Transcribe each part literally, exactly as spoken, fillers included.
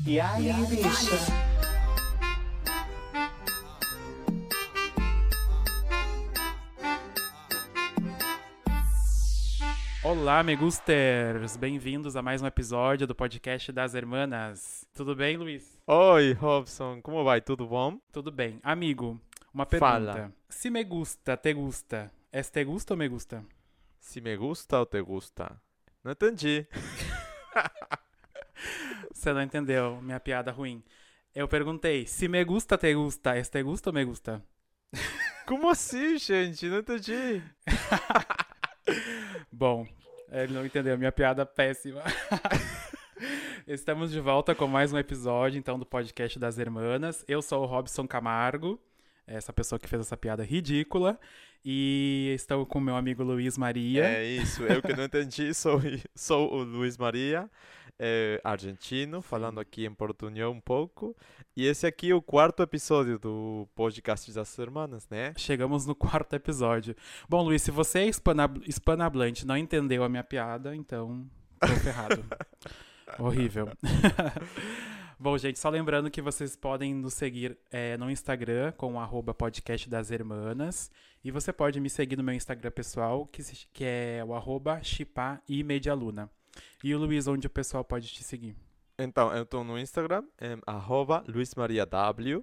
E aí, bicha? Olá, me gusters! Bem-vindos a mais um episódio do podcast das Hermanas. Tudo bem, Luiz? Oi, Robson, como vai? Tudo bom? Tudo bem. Amigo, uma pergunta. Fala. Se me gusta, te gusta, es te gusta ou me gusta? Se me gusta ou te gusta? Não entendi. Você não entendeu minha piada ruim. Eu perguntei, se me gusta, te gusta, es te gusta ou me gusta? Como assim, gente? Não entendi. Bom, ele não entendeu minha piada péssima. Estamos de volta com mais um episódio, então, do podcast das Hermanas. Eu sou o Robson Camargo, essa pessoa que fez essa piada ridícula. E estou com meu amigo Luiz Maria. É isso, eu que não entendi, sou, sou o Luiz Maria, é, argentino, falando aqui em portunhol um pouco. E esse aqui é o quarto episódio do podcast das Hermanas, né? Chegamos no quarto episódio. Bom, Luiz, se você é hispanab- hispanohablante e não entendeu a minha piada, então tô ferrado. Horrível. Bom, gente, só lembrando que vocês podem nos seguir é, no Instagram com o arroba podcast das Hermanas. E você pode me seguir no meu Instagram pessoal, que, se- que é o arroba chipá e medialuna. E o Luiz, onde o pessoal pode te seguir? Então, eu estou no Instagram, em arroba luismariaw,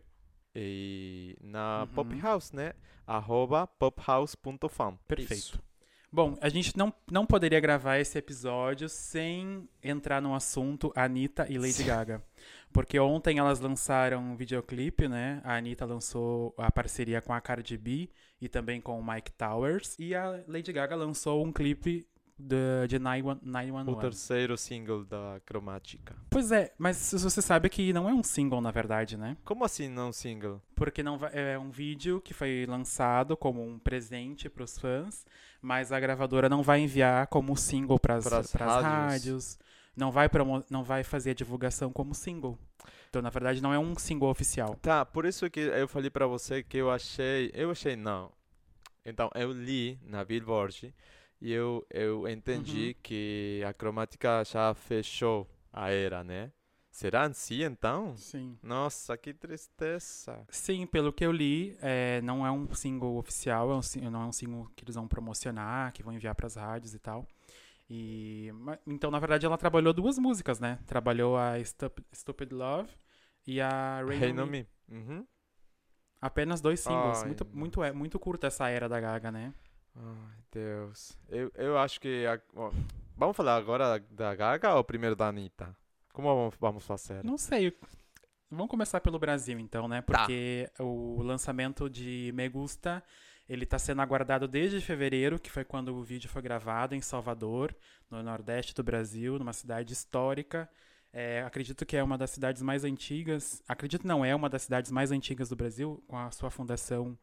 e na Uhum. Pop House, né? Arroba pophouse ponto fam. Perfeito. Isso. Bom, a gente não, não poderia gravar esse episódio sem entrar no assunto Anitta e Lady Gaga. Porque ontem elas lançaram um videoclipe, né? A Anitta lançou a parceria com a Cardi B e também com o Mike Towers. E a Lady Gaga lançou um clipe de, de nove um O um. terceiro single da Cromática. Pois é, mas você sabe que não é um single, na verdade, né? Como assim não single? Porque não vai- é um vídeo que foi lançado como um presente para os fãs, mas a gravadora não vai enviar como single para as Pras rádios. rádios. Não vai, promo- não vai fazer a divulgação como single. Então, na verdade, não é um single oficial. Tá, por isso que eu falei pra você que eu achei... Eu achei não. Então, eu li na Billboard e eu, eu entendi Uhum. que a Cromática já fechou a era, né? Será assim, então? Sim. Nossa, que tristeza. Sim, pelo que eu li, é, não é um single oficial, é um, sin- não é um single que eles vão promocionar, que vão enviar para as rádios e tal. E, ma- então, na verdade, ela trabalhou duas músicas, né? Trabalhou a Stup- Stupid Love e a Rain Rain on on Me. Me. Uhum. Apenas dois singles. Ai, muito, não. muito, é, muito curta essa era da Gaga, né? Ai, Deus. Eu, eu acho que... a- ó, vamos falar agora da da Gaga ou primeiro da Anitta? Como vamos, vamos fazer? Não sei. Vamos começar pelo Brasil, então, né? Porque o lançamento de Me Gusta, ele tá sendo aguardado desde fevereiro, que foi quando o vídeo foi gravado em Salvador, no Nordeste do Brasil, numa cidade histórica. É, acredito que é uma das cidades mais antigas. Acredito não, é uma das cidades mais antigas do Brasil, com a sua fundação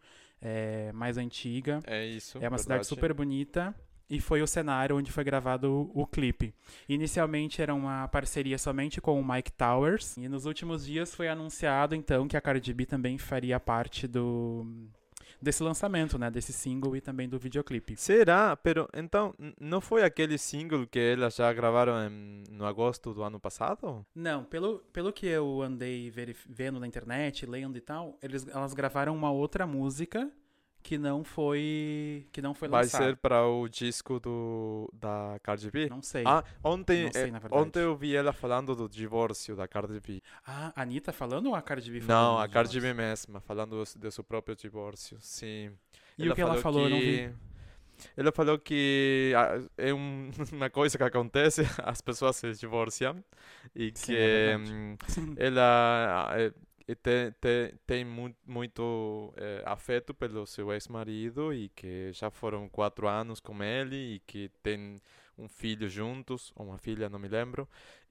é, mais antiga. É isso, É uma cidade verdade. super bonita e foi o cenário onde foi gravado o, o clipe. Inicialmente era uma parceria somente com o Mike Towers e nos últimos dias foi anunciado então que a Cardi B também faria parte do desse lançamento, né, desse single e também do videoclipe. Será? Pero então, n- não foi aquele single que elas já gravaram em, no agosto do ano passado? Não, pelo, pelo que eu andei verif- vendo na internet, lendo e tal, eles, elas gravaram uma outra música que não foi que não foi Vai lançada. ser para o disco do da Cardi B? Não sei. Ah, ontem, Não sei, eh, na verdade. ontem eu vi ela falando do divórcio da Cardi B. Ah, a Anitta falando ou a Cardi B falando? Não, a dos Cardi divórcios? B mesma, falando do, do seu próprio divórcio, sim. E o que ela falou, eu não vi. que- Ela falou que ah, é um- uma coisa que acontece, as pessoas se divorciam e Sim, que é verdade. hum, ela eh, eh, tem, tem, tem mu- muito eh, afeto pelo seu ex-marido e que já foram quatro anos com ele e que tem um filho juntos, ou uma filha, não me lembro,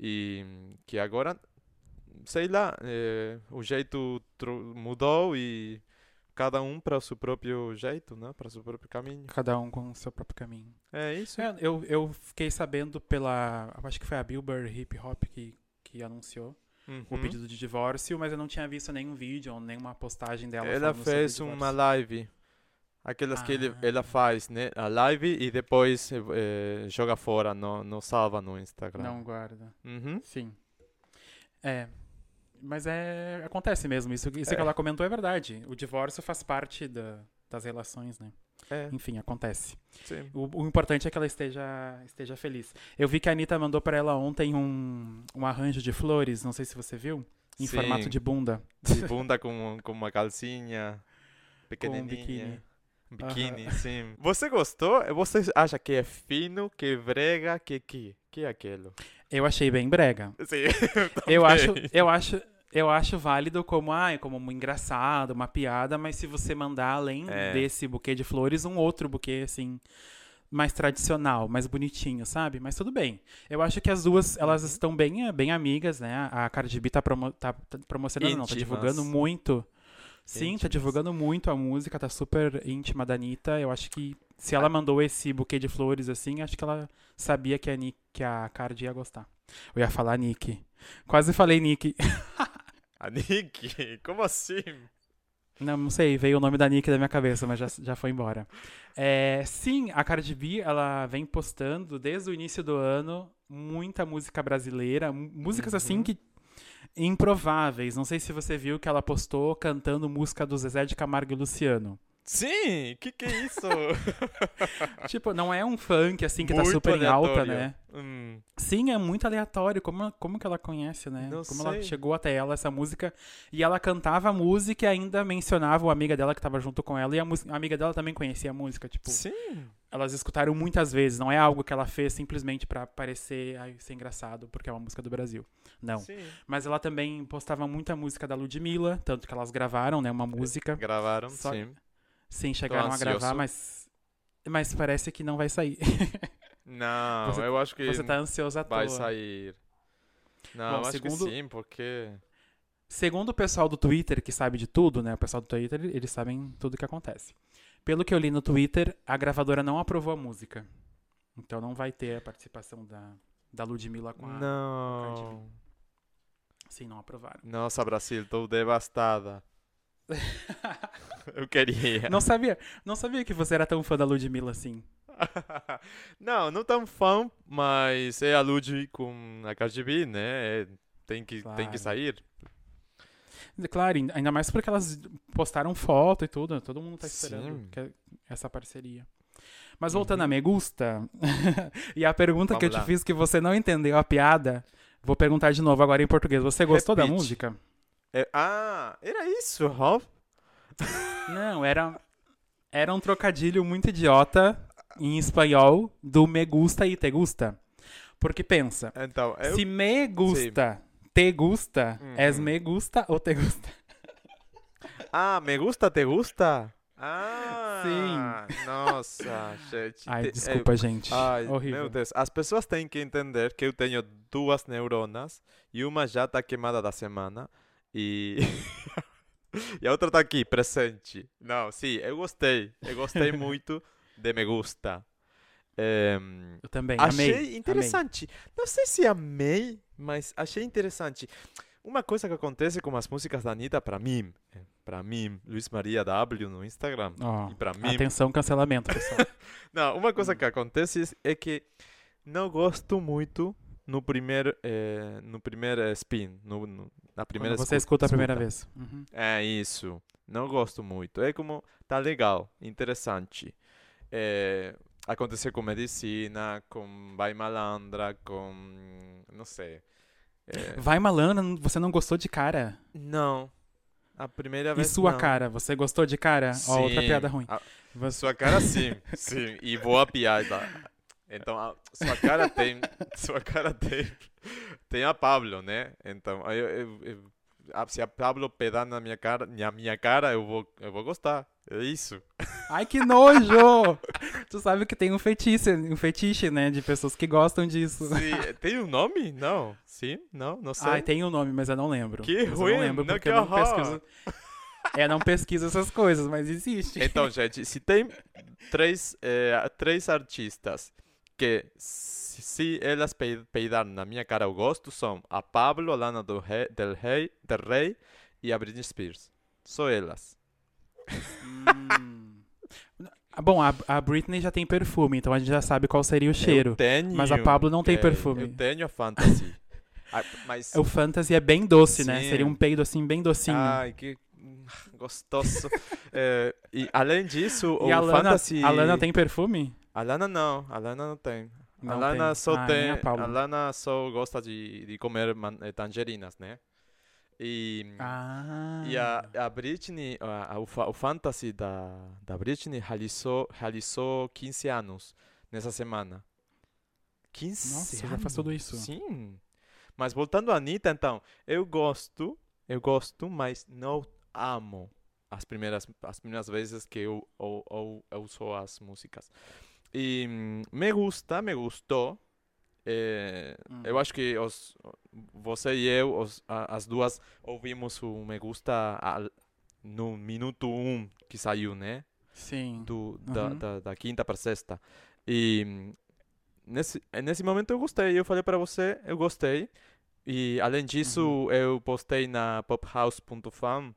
e hum, que agora, sei lá, eh, o jeito tro- mudou e cada um para o seu próprio jeito, né? Para o seu próprio caminho. Cada um com o seu próprio caminho. É isso. É, eu, eu fiquei sabendo pela. Eu acho que foi a Billboard Hip Hop que, que anunciou o Uhum. pedido de divórcio, mas eu não tinha visto nenhum vídeo ou nenhuma postagem dela. Ela falando sobre fez o divórcio. uma live. Aquelas que ele, Ah. ela faz, né? A live e depois eh, joga fora, não, não salva no Instagram. Não guarda. Uhum. Sim. É. mas é, acontece mesmo. Isso, isso É. que ela comentou é verdade. O divórcio faz parte da, das relações, né? É, Enfim, acontece. sim. O, o importante é que ela esteja, esteja feliz. Eu vi que a Anitta mandou pra ela ontem um, um arranjo de flores, não sei se você viu, em Sim. formato de bunda. De bunda com, com uma calcinha pequenininha. biquíni. Um biquíni, sim. Você gostou? Você acha que é fino, que é brega, que que que é aquilo? Eu achei bem brega. Sim, Eu também. acho, eu acho, eu acho válido como, ah, como um engraçado, uma piada, mas se você mandar além É. desse buquê de flores, um outro buquê, assim, mais tradicional, mais bonitinho, sabe? Mas tudo bem. Eu acho que as duas, elas Uhum. estão bem, eh, bem amigas, né? A Cardi B tá, promo tá, tá promocionando, não, tá Íntimas. divulgando muito. Sim, tá Íntimas. divulgando muito a música, tá super íntima da Anitta. Eu acho que se ela mandou esse buquê de flores assim, acho que ela sabia que a, Nick, que a Cardi ia gostar. Eu ia falar Nick. Quase falei Nick. A Nick? Como assim? Não, não sei, veio o nome da Nick da minha cabeça, mas já, já foi embora. É, sim, a Cardi B, ela vem postando desde o início do ano muita música brasileira, m- músicas assim Uhum. que improváveis. Não sei se você viu que ela postou cantando música do Zezé de Camargo e Luciano. Sim, que que é isso? Tipo, não é um funk assim que tá Muito super em alta, aleatório. né? Hum, Sim, é muito aleatório. Como, como que ela conhece, né? Não como sei. ela chegou até ela, essa música. E ela cantava a música e ainda mencionava a amiga dela que tava junto com ela. E a, mus- a amiga dela também conhecia a música. Tipo, sim. elas escutaram muitas vezes. Não é algo que ela fez simplesmente pra parecer ai, ser engraçado, porque é uma música do Brasil. Não. Sim. Mas ela também postava muita música da Ludmilla, tanto que elas gravaram, né? Uma música. Gravaram, Só- sim. Sim, chegaram a ansioso. gravar, mas. Mas parece que não vai sair. Não, Você- eu acho que Você tá ansioso à vai toa. sair. Não, Bom, eu acho segundo- que sim, porque... Segundo o pessoal do Twitter, que sabe de tudo, né? O pessoal do Twitter, eles sabem tudo o que acontece. Pelo que eu li no Twitter, a gravadora não aprovou a música. Então não vai ter a participação da, da Ludmilla com a... Cardi Não. Sim, não aprovaram. Nossa, Brasil, tô devastada. Eu queria. Não sabia, não sabia que você era tão fã da Ludmilla assim. Não, não tão fã, mas é a Lud com a Cardi B, né? É, tem, que, tem Claro. que sair. Claro, ainda mais porque elas postaram foto e tudo. Todo mundo tá esperando Sim. que- essa parceria. Mas voltando Uhum. a Me Gusta, e a pergunta que eu Vamos te lá. fiz que você não entendeu a piada, vou perguntar de novo agora em português. Você gostou da Repite. música? É- ah, era isso, Rob? Não, era, era um trocadilho muito idiota em espanhol do me gusta e te gusta. Porque pensa, Então, eu... se me gusta, te gusta, Uhum. és me gusta ou te gusta? Ah, me gusta, te gusta? Ah, Sim. Nossa, gente. Ai, te- desculpa, gente. Ai, Horrível. meu Deus. As pessoas têm que entender que eu tenho duas neuronas e uma já tá queimada da semana e... e a outra tá aqui, presente. Não, sim, eu gostei. Eu gostei muito de Me Gusta. Em, Eu também, achei amei. interessante. Não sei se amei, mas achei interessante. Uma coisa que acontece com as músicas da Anitta, pra mim, eh, pra mim, Luiz Maria W no Instagram, Ó, e pra mim, atenção, cancelamento, pessoal. não, uma coisa que acontece é que não gosto muito no primeiro, eh, no primeiro spin, no, no- na primeira Quando você escu- escuta a primeira escuta. vez. Uhum. É isso. Não gosto muito. É como, tá legal, interessante. É, aconteceu com Medicina, com Vai Malandra, com, não sei. É, Vai malandro, você não gostou de cara? não. A primeira E vez sua não. cara, você gostou de cara? Ó, outra Sim, piada ruim. a- Você- Sua cara sim, sim. E boa piada. Então, a, sua cara tem, sua cara tem, tem a Pablo, né? Então, eu, eu- eu- a- se a Pablo pedar na minha cara, na minha cara, eu vou, eu vou gostar. É isso. Ai, que nojo! Tu sabe que tem um fetiche, um fetiche, né, de pessoas que gostam disso. Sim, tem um nome? Não. Sim? Não? Não sei. Ai, tem um nome, mas eu não lembro. Que Mas ruim, Eu não lembro não, porque que eu não horror. pesquiso. É, não pesquiso essas coisas, mas existe. Então, gente, se tem três, eh, três artistas que, se, se elas pe- peidarem na minha cara eu gosto, são a Pablo, a Lana do Rey, del, Rey, del Rey e a Britney Spears. Só elas. Hum. Ah, Bom, a, a Britney já tem perfume, então a gente já sabe qual seria o cheiro. Eu tenho, Mas a Pablo não tem eh, perfume. Eu tenho a Fantasy. Ah, mas... O fantasy é bem doce, né? Sim. Seria um peido assim, bem docinho. Ai, que hum, gostoso. É, e além disso, e o a Lana, fantasy... a Lana tem perfume? A Lana não, a Lana não tem. Não a Lana tem. só Ah, tem, nem a Paula. a Lana só gosta de, de comer man- eh, tangerinas, né? E, Ah. e a, a Britney, a, a- o, fa- o fantasy da, da Britney realizou, realizou quinze anos nessa semana. quinze Nossa, já anos? faz tudo isso. Sim. Mas voltando à Anitta, então, eu gosto, eu gosto, mas não amo as primeiras, as primeiras vezes que eu, eu, eu, eu ouço as músicas. E hum, me gusta, me gustou. Eh, Hum. Eu acho que os, você e eu, os- a- as duas, ouvimos o Me Gusta al- no minuto um que saiu, né? Sim. Do, da, Uhum. da, da quinta para sexta. E hum, nesse, nesse momento eu gostei. Eu falei para você, eu gostei. E além disso, eu postei na pophouse ponto fam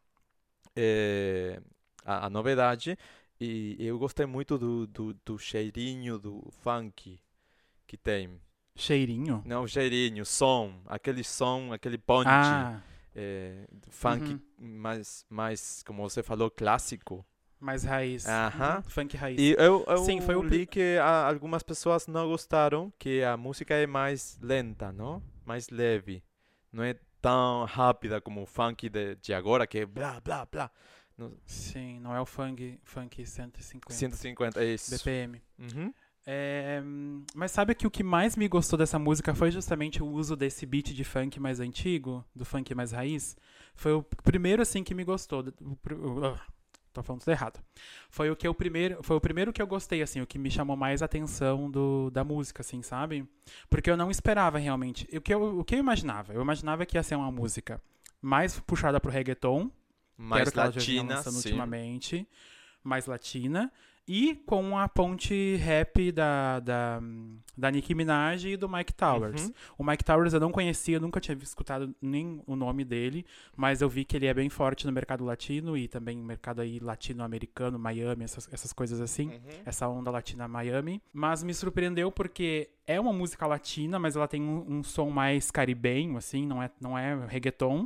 eh, a, a novidade. E eu gostei muito do, do, do cheirinho do funk que tem. Cheirinho? Não, cheirinho, som, aquele som, aquele punch, Ah, eh, funk Uhum. mais, mais, como você falou, clássico. mais raiz. Aham. Uhum. Funk raiz. E eu, eu Sim, foi o li pri- que a- algumas pessoas não gostaram, que a música é mais lenta, não? Mais leve. Não é tão rápida como o funk de, de agora, que é blá, blá, blá. No, Sim, não é o funk, funk cento e cinquenta cento e cinquenta, é isso. B P M. Uhum. É, hum, mas sabe que o que mais me gostou dessa música foi justamente o uso desse beat de funk mais antigo, do funk mais raiz. Foi o primeiro assim que me gostou. O pr- o- ah, tô falando tudo errado. Foi o que eu primeiro, foi o primeiro que eu gostei assim, o que me chamou mais a atenção do, da música assim, sabe? Porque eu não esperava realmente. O que eu, o que eu imaginava? Eu imaginava que ia ser uma música mais puxada pro reggaeton, que era Mais o que ela já vinha latina, lançando sim. ultimamente, mais latina, e com a ponte rap da, da, da Nicki Minaj e do Mike Towers. Uhum. O Mike Towers eu não conhecia, nunca tinha escutado nem o nome dele, mas eu vi que ele é bem forte no mercado latino e também no mercado aí latino-americano, Miami, essas, essas coisas assim. Uhum. Essa onda latina Miami. Mas me surpreendeu porque é uma música latina, mas ela tem um, um som mais caribenho, assim, não é, não é reggaeton.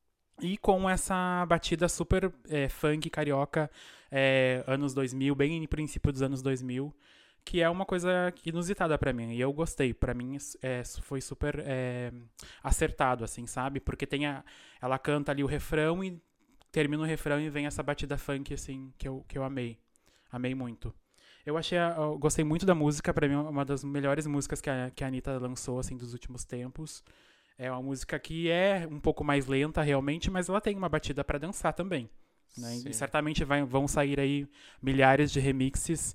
E com essa batida super é, funk carioca, é, anos dois mil, bem no princípio dos anos dois mil, que é uma coisa inusitada pra mim. E eu gostei. Pra mim é, foi super é, acertado, assim, sabe? Porque tem a, ela canta ali o refrão e termina o refrão e vem essa batida funk, assim, que eu, que eu amei. Amei muito. Eu achei, a- eu gostei muito da música. Pra mim é uma das melhores músicas que a, que a Anitta lançou, assim, dos últimos tempos. É uma música que é um pouco mais lenta, realmente, mas ela tem uma batida pra dançar também. Né? Sim. E certamente vai- vão sair aí milhares de remixes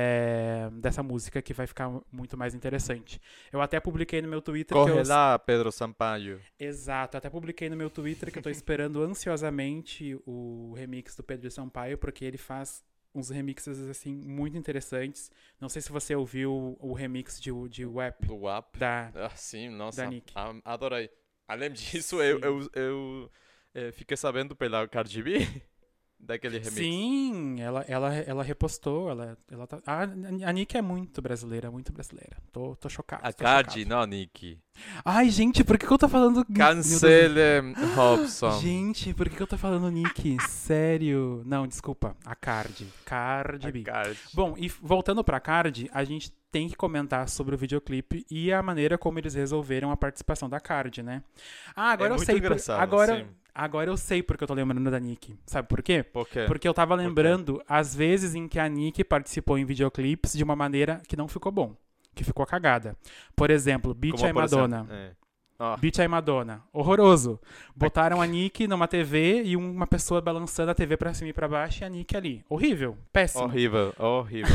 é, dessa música que vai ficar muito mais interessante. Eu até publiquei no meu Twitter que Corre eu... lá, Pedro Sampaio. Exato, eu até publiquei no meu Twitter que eu tô esperando ansiosamente o remix do Pedro Sampaio, porque ele faz uns remixes, assim, muito interessantes. Não sei se você ouviu o remix de, de Wap Do W A P. da... Ah, sim, nossa, Da Nick. a- adorei. Além disso, eu, Sim. eu, eu eh, fiquei sabendo pela Cardi B daquele remix. Sim, ela, ela, ela repostou, ela, ela tá... a, a Nick é muito brasileira, muito brasileira. Tô, tô chocado. A tô Cardi, chocado. não, Nick. Ai, gente, por que, que eu tô falando... Meu Cancele Deus. Robson. Gente, por que, que eu tô falando Nick? Sério? Não, desculpa. A Cardi. Cardi A B. Cardi. Bom, e f- voltando pra Cardi, a gente tem que comentar sobre o videoclipe e a maneira como eles resolveram a participação da Cardi, né? Ah, agora É eu muito sei. por- engraçado, agora, sim. agora eu sei porque eu tô lembrando da Nick. Sabe por quê? Por quê? Porque eu tava quê? lembrando as vezes em que a Nick participou em videoclipes de uma maneira que não ficou bom, que ficou cagada. Por exemplo, Beach Como, I por Madonna. exemplo, é. Ah, Beach I Madonna. Horroroso. Botaram a Nick numa T V e uma pessoa balançando a T V pra cima e pra baixo e a Nick ali. Horrível. Péssimo. horrível, horrível.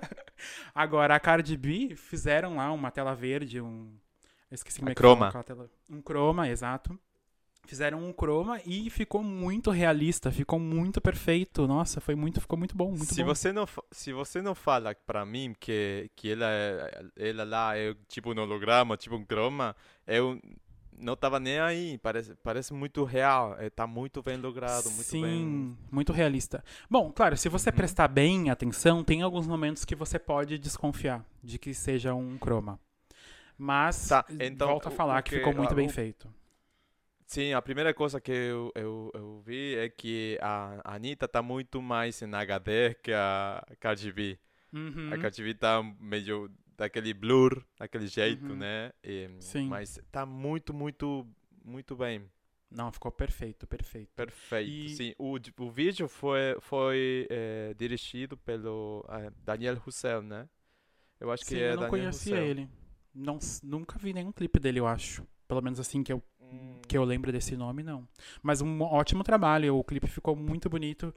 Agora, a Cardi B fizeram lá uma tela verde, um... Eu esqueci como A é que croma. fala aquela tela. Um croma, exato. Fizeram um croma e ficou muito realista, ficou muito perfeito. Nossa, foi muito, ficou muito bom, muito se bom. você não fa- se você não fala pra mim que que ela é- ela lá é tipo um holograma, tipo um croma, eu não tava nem aí. Parece parece muito real. É, tá muito bem logrado, muito Sim, bem. muito realista. Bom, claro, se você Uhum. prestar bem atenção, tem alguns momentos que você pode desconfiar de que seja um croma. Mas Tá, então, volto a o- falar o que que- ficou muito ah, bem o- feito. sim, a primeira coisa que eu, eu, eu vi é que a a Anitta tá muito mais em H D que a Cardi B. A Uhum, Cardi B tá meio daquele blur, daquele jeito, uhum. né? E- Sim. mas tá muito, muito, muito bem. Não, ficou perfeito, perfeito. Perfeito. E Sim, o, di- o vídeo foi, foi eh, dirigido pelo eh, Daniel Roussel, né? Eu acho que sim, eu é não Daniel conhecia Roussel. ele. Não, s- nunca vi nenhum clipe dele, eu acho. Pelo menos assim que eu, Hum. que eu lembro desse nome, não. Mas um ótimo trabalho. O clipe ficou muito bonito.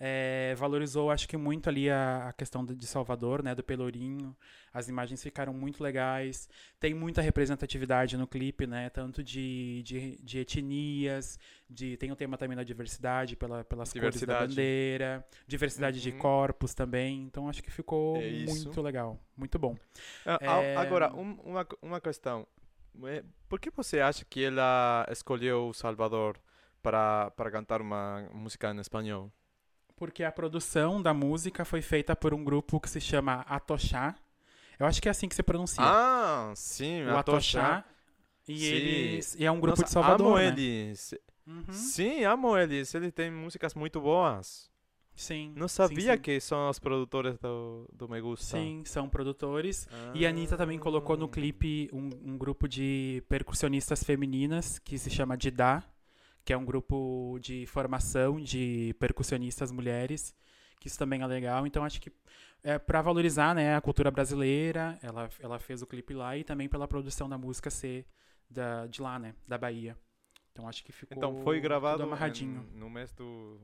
É, valorizou, acho que muito ali a, a questão do- de Salvador, né? Do Pelourinho. As imagens ficaram muito legais. Tem muita representatividade no clipe, né? Tanto de, de, de etnias, de, tem o tema também da diversidade pela, pelas cores da Diversidade. bandeira, diversidade de Uhum. corpos também. Então acho que ficou É isso. muito legal. Muito bom. Ah, É, a- Agora, um- uma, uma questão. Eh, Por que você acha que ela escolheu o Salvador para, para cantar uma música em espanhol? Porque a produção da música foi feita por um grupo que se chama Atochá. Eu acho que é assim que se pronuncia. Ah, sim, o a Tocha. Atochá. E Sim. eles. E é um grupo Nossa, de Salvador, amo né? eles. Uhum. Sim, amo eles. Eles têm músicas muito boas. Sim. Não sim, sabia sim. que são os produtores do, do Me Gusta. Sim, são produtores. E a Anitta também colocou no Ah. clipe um, um grupo de percussionistas femininas que se chama Didá, que é um grupo de formação de percussionistas mulheres, que isso também é legal. Então acho que é para valorizar, né, a cultura brasileira, ela, ela fez o clipe lá e também pela produção da música ser da, de lá, né, da Bahia. Então acho que ficou Então foi tudo gravado amarradinho. em- no mês do,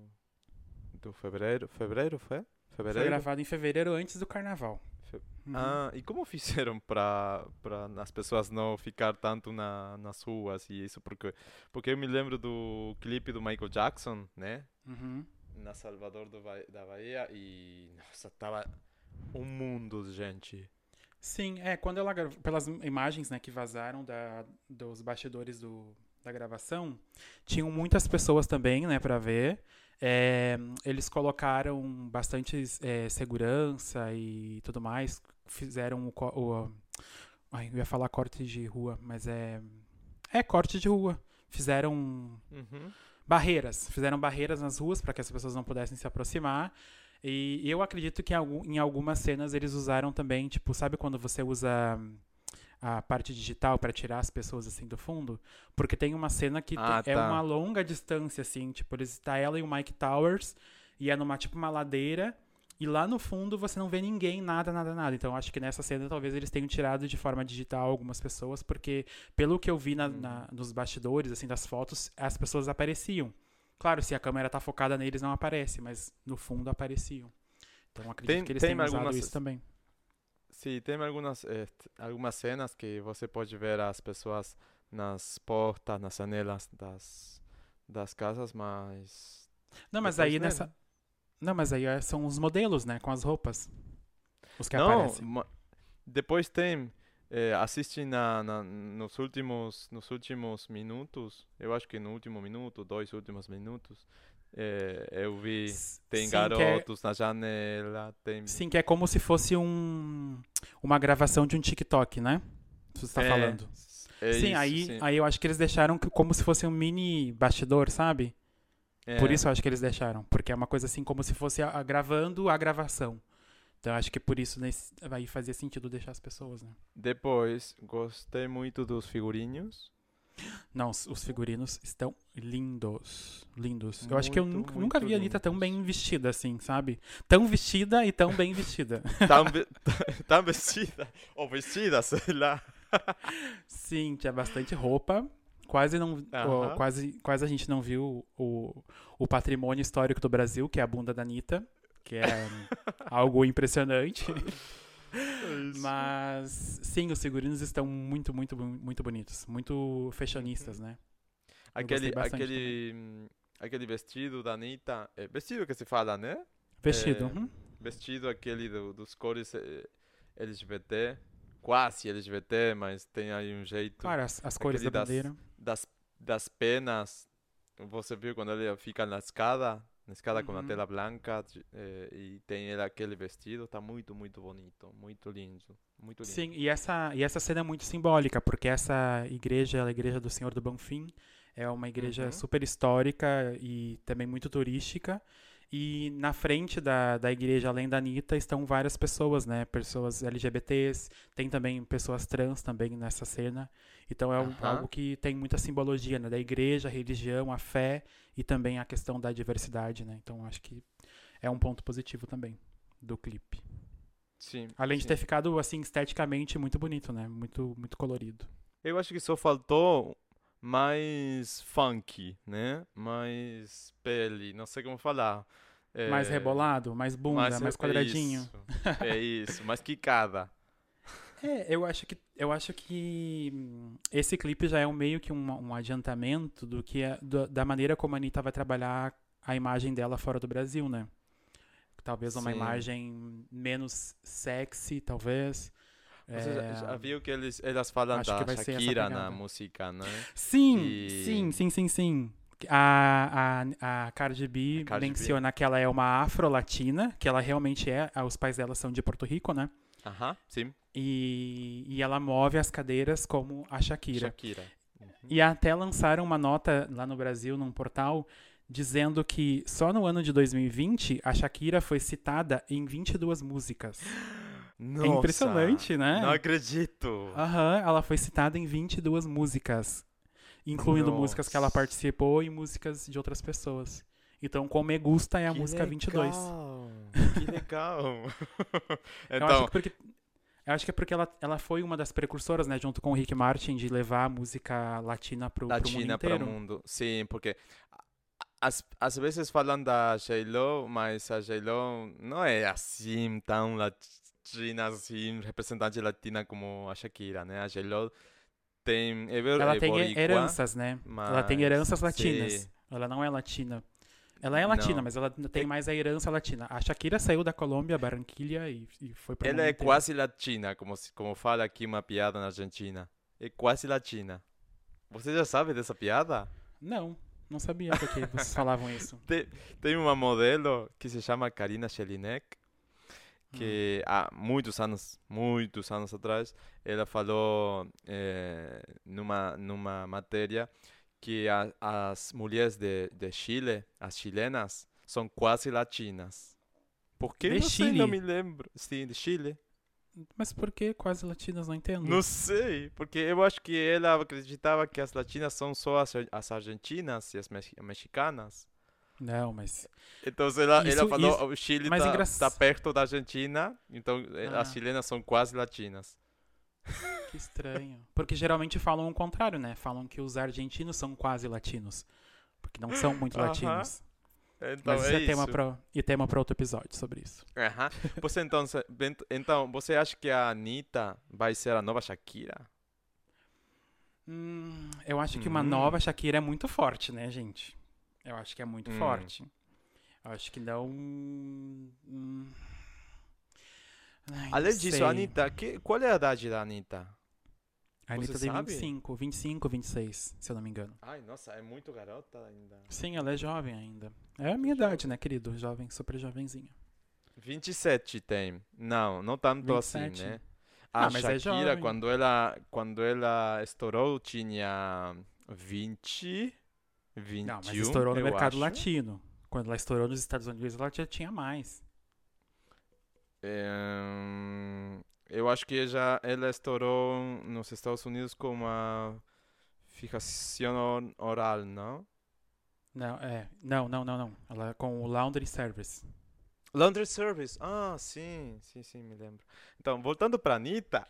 do fevereiro. Fevereiro foi? Foi Fevereiro? gravado em fevereiro antes do carnaval. Fe- Uhum. Ah, e como fizeram para para as pessoas não ficar tanto na, nas ruas e isso? Porque, porque eu me lembro do clipe do Michael Jackson, né? Uhum. Na Salvador do Ba- da Bahia e nossa, tava um mundo de gente. Sim, é, quando ela gra- pelas imagens, né, que vazaram da, dos bastidores do, da gravação, tinham muitas pessoas também, né, para ver. É, eles colocaram bastante é, segurança e tudo mais, fizeram o, co- o ai, eu ia falar corte de rua, mas é é corte de rua. Fizeram Uhum. barreiras, fizeram barreiras nas ruas para que as pessoas não pudessem se aproximar. E eu acredito que em, algum- em algumas cenas eles usaram também, tipo, sabe quando você usa hum, a parte digital para tirar as pessoas assim do fundo? Porque tem uma cena que Ah, te- é tá. uma longa distância assim, tipo, eles tá ela e o Mike Towers e é numa tipo uma ladeira e lá no fundo você não vê ninguém, nada, nada, nada. Então acho que nessa cena talvez eles tenham tirado de forma digital algumas pessoas, porque pelo que eu vi na- Hum. na- nos bastidores assim das fotos, as pessoas apareciam. Claro, se a câmera tá focada neles, não aparece, mas no fundo apareciam. Então acredito Tem, que eles tem tenham usado algumas, isso também. sim, tem algumas, eh, t- algumas cenas que você pode ver as pessoas nas portas, nas janelas das, das casas, mas Não, mas depois aí nem- nessa. Não, mas aí é- são os modelos, né? Com as roupas. Os que Não, aparecem. ma- depois tem, eh, assiste na, na- nos últimos, nos últimos minutos, eu acho que no último minuto, dois últimos minutos, eh, eu vi, S- tem Sim, que é, garotos na janela, tem... sim, que é como se fosse um, uma gravação de um TikTok, né? Você está É, falando. é sim, isso, aí, sim. aí eu acho que eles deixaram que- como se fosse um mini bastidor, sabe? Por É. isso eu acho que eles deixaram. Porque é uma coisa assim, como se fosse a, a- gravando a gravação. Então eu acho que por isso nesse, aí fazia sentido deixar as pessoas, né? Depois, gostei muito dos figurinhos. Não, os os figurinos estão lindos. Lindos. Eu acho que eu Muito, nunca, muito nunca vi a Anitta tão lindos. bem vestida assim, sabe? Tão vestida e tão bem vestida. Tão, ve- tão vestida, ou vestida, sei lá. Sim, tinha bastante roupa. Quase não, ó, Aham. quase, quase a gente não viu o, o patrimônio histórico do Brasil, que é a bunda da Anitta, que é algo impressionante. Mas sim, os figurinos estão muito, muito, muito bonitos, muito fashionistas, né? Eu Aquele, gostei bastante aquele, hum, aquele vestido da Anitta, é vestido que se fala, né? Vestido. É, uhum. Vestido aquele do- dos cores eh, L G B T, quase L G B T, mas tem aí um jeito Claro, as, as cores da aquele das- bandeira. das, das penas. Você viu quando ele fica na escada? Na escada com a Uhum. tela branca eh, e tem ela, aquele vestido, tá muito, muito bonito, muito lindo, muito lindo. Sim, e essa, e essa cena é muito simbólica, porque essa igreja, ela é a Igreja do Senhor do Bonfim, é uma igreja Uhum. super histórica e também muito turística. E na frente da, da igreja, além da Anitta, estão várias pessoas, né? Pessoas L G B Ts, tem também pessoas trans também nessa cena. Então é algo algo Aham. que tem muita simbologia, né? Da igreja, a religião, a fé e também a questão da diversidade, né? Então acho que é um ponto positivo também do clipe. Sim, Além de ter sim. ficado, assim, esteticamente muito bonito, né? Muito, muito colorido. Eu acho que só faltou mais funk, né? Mais pele, não sei como falar. Mais É, rebolado, mais bunda, mais mais é quadradinho. isso, é isso, mais quicada. É, eu acho que, eu acho que hum, esse clipe já é um meio que um, um adiantamento do que é, do- da maneira como a Anitta vai trabalhar a imagem dela fora do Brasil, né? Talvez uma Sim. imagem menos sexy, talvez. Você já, É, já viu que eles, elas falam acho que da vai ser essa Shakira na pegada. música, né? Sim, E sim, sim, sim, sim. A, a, a Cardi a B Cardi B. menciona que ela é uma afro-latina, que ela realmente é. ah, Os pais dela são de Porto Rico, né? Aham, sim. E, e ela move as cadeiras como a Shakira. Shakira. Uhum. E até lançaram uma nota lá no Brasil, num portal, dizendo que só no ano de dois mil e vinte a Shakira foi citada em vinte e duas músicas. É Nossa, impressionante, não né? acredito. Aham, ela foi citada em vinte e duas músicas, incluindo músicas que ela Nossa, participou e músicas de outras pessoas. Então, com Me Gusta é a que música vinte e dois. legal. Que legal. Eu acho Então, que porque eu acho que é porque ela, ela foi uma das precursoras, né, junto com o Rick Martin, de levar a música latina pro, da pro mundo China para o inteiro. mundo. Sim, porque às, às vezes falam da J-Lo, mas a J-Lo não é assim tão latina, assim, representante latina como a Shakira, né? A J-Lo tem, é, bor- Ela é tem he- boricua, heranças, né? Ela tem mas heranças sim, latinas. Ela não é latina. Ela é latina, não. mas ela tem É- mais a herança latina. A Shakira saiu da Colômbia, Barranquilha, e, e foi pro ela mundo é inteiro. quase latina, como, se- como fala aqui uma piada na Argentina. É quase latina. Você já sabe dessa piada? Não, não sabia porque vocês falavam isso. Te- Tem uma modelo que se chama Karina Jelinek, Hum. que há muitos anos, muitos anos atrás, ela falou eh, numa, numa matéria que a- as mulheres de, de Chile, as chilenas, são quase latinas. Por que? De Não sei, não Chile. me lembro. Sim, de Chile. Mas por que quase latinas? Não entendo. Não sei, porque eu acho que ela acreditava que as latinas são só as, as argentinas e as mex- mexicanas. Não, mas. Então ela, ela Isso, falou, isso. o Chile Mas tá, tá engraçado. perto da Argentina, então eh, as Ah, chilenas são quase latinas. que estranho. Porque geralmente falam o contrário, né? Falam que os argentinos são quase latinos. Porque não são muito Aham, latinos. então Mas isso é é tema isso. pra, e tema para outro episódio sobre isso. Aham. Você então, se- bent- então, você acha que a Anitta vai ser a nova Shakira? Hum, eu acho que uma Hum, nova Shakira é muito forte, né, gente? Eu acho que é muito hum. forte. Eu acho que não. hum, Ai, não Além disso, a sei. Anitta, que, qual é a idade da Anitta? A Você Anitta tem vinte e sabe? cinco, vinte e cinco, vinte e seis, se eu não me engano. Ai, nossa, é muito garota ainda. Sim, ela é jovem ainda. É a Muito minha idade, jovem. né, querido? Jovem, super jovenzinha. vinte e sete tem. Não, não tanto assim, vinte e sete. né? Ah, A mas é Shakira, jovem. quando ela, quando ela estourou, tinha vinte, Não, mas vinte e um, estourou no eu mercado acho. latino. Quando ela estourou nos Estados Unidos, ela já tinha mais. Em, eu acho que já ela estourou nos Estados Unidos com uma fijação oral, não? Não, é. Não, não, não, não. Ela é com o Laundry Service. Laundry Service. Ah, sim, sim, sim, me lembro. Então, voltando para Anitta,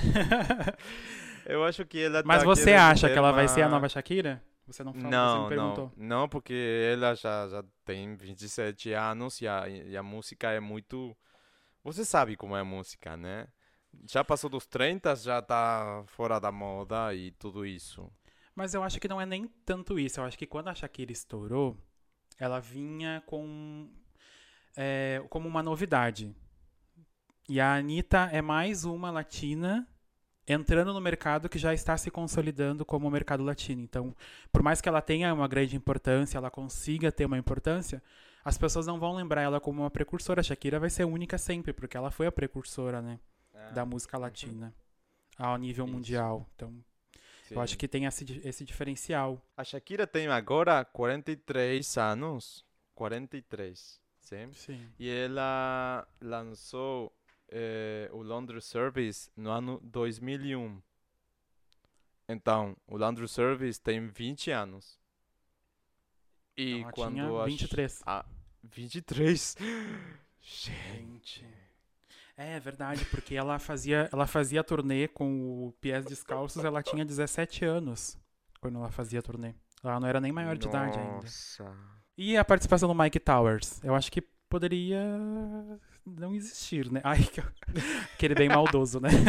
eu acho que ela Mas tá você querendo acha que ter ela vai ser a uma. nova Shakira? Você não fala, você me Não, não, perguntou. não, porque ela já, já tem vinte e sete anos e a, e a música é muito. Você sabe como é a música, né? Já passou dos trinta, já tá fora da moda e tudo isso. Mas eu acho que não é nem tanto isso. Eu acho que quando a Shakira estourou, ela vinha com é, como uma novidade. E a Anitta é mais uma latina entrando no mercado que já está se consolidando como o mercado latino. Então, por mais que ela tenha uma grande importância, ela consiga ter uma importância, as pessoas não vão lembrar ela como uma precursora. A Shakira vai ser única sempre, porque ela foi a precursora, né? Ah, Da música uhum. latina ao nível Isso. mundial. Então, eu acho Sim. que tem esse, di- esse diferencial. A Shakira tem agora quarenta e três anos. quarenta e três, sim? Sim. E ela lançou eh, o Laundry Service no ano dois mil e um. Então, o Laundry Service tem vinte anos. E Então, ela quando tinha a vinte e três. Ah, vinte e três. Gente. É, é verdade, porque ela fazia, ela fazia turnê com o Pés Descalços, ela tinha dezessete anos quando ela fazia turnê. Ela não era nem maior de idade ainda. Nossa. E a participação do Mike Towers? Eu acho que poderia não existir, né? Ai, que- aquele bem maldoso, né?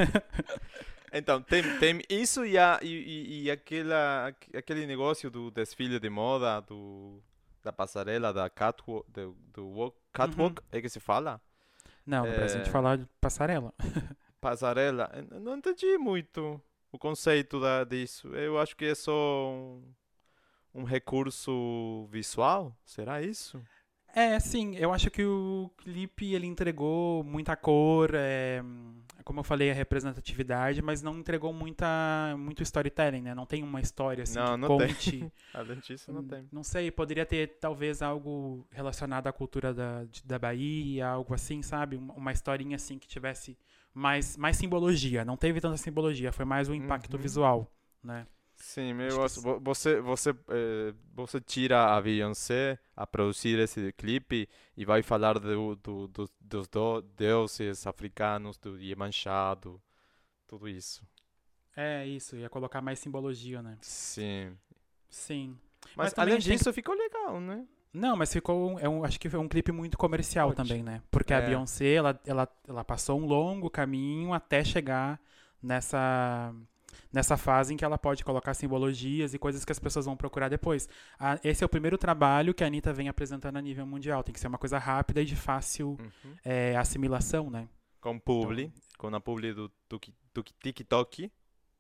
Então, tem, tem isso e, a, e, e, e aquela, aque- aquele negócio do desfile de moda, do, da passarela, da catwalk, do, do walk, catwalk, é que se fala? Não, no Brasil a gente É, fala de passarela. passarela. Eu não entendi muito o conceito da, disso. Eu acho que é só um, um recurso visual. Será isso? É, sim, eu acho que o clipe ele entregou muita cor, é, como eu falei, a representatividade, mas não entregou muita, muito storytelling, né? Não tem uma história assim Não, que não tem. conte. Além disso, não Hum, tem. Não sei, poderia ter talvez algo relacionado à cultura da, de- da Bahia, algo assim, sabe? Uma, uma historinha assim que tivesse mais, mais simbologia. Não teve tanta simbologia, foi mais o impacto Uhum. visual, né? Sim, Acho eu que acho, s- vo- você, você, eh, você tira a Beyoncé a produzir esse clipe e vai falar do, do, do- dos do- deuses africanos, do Iemanjá, do, tudo isso. é isso, ia colocar mais simbologia, né? Sim. Sim. Mas Mas também a além gente tem que disso, ficou legal, né? Não, mas ficou. um- É um, acho que foi um clipe muito comercial também, Ótimo. né? Porque a É. Beyoncé, ela, ela, ela passou um longo caminho até chegar nessa, nessa fase em que ela pode colocar simbologias e coisas que as pessoas vão procurar depois. A- esse é o primeiro trabalho que a Anitta vem apresentando a nível mundial. Tem que ser uma coisa rápida e de fácil Uhum. é, assimilação, né? Com publi, com a publi do, do, do TikTok.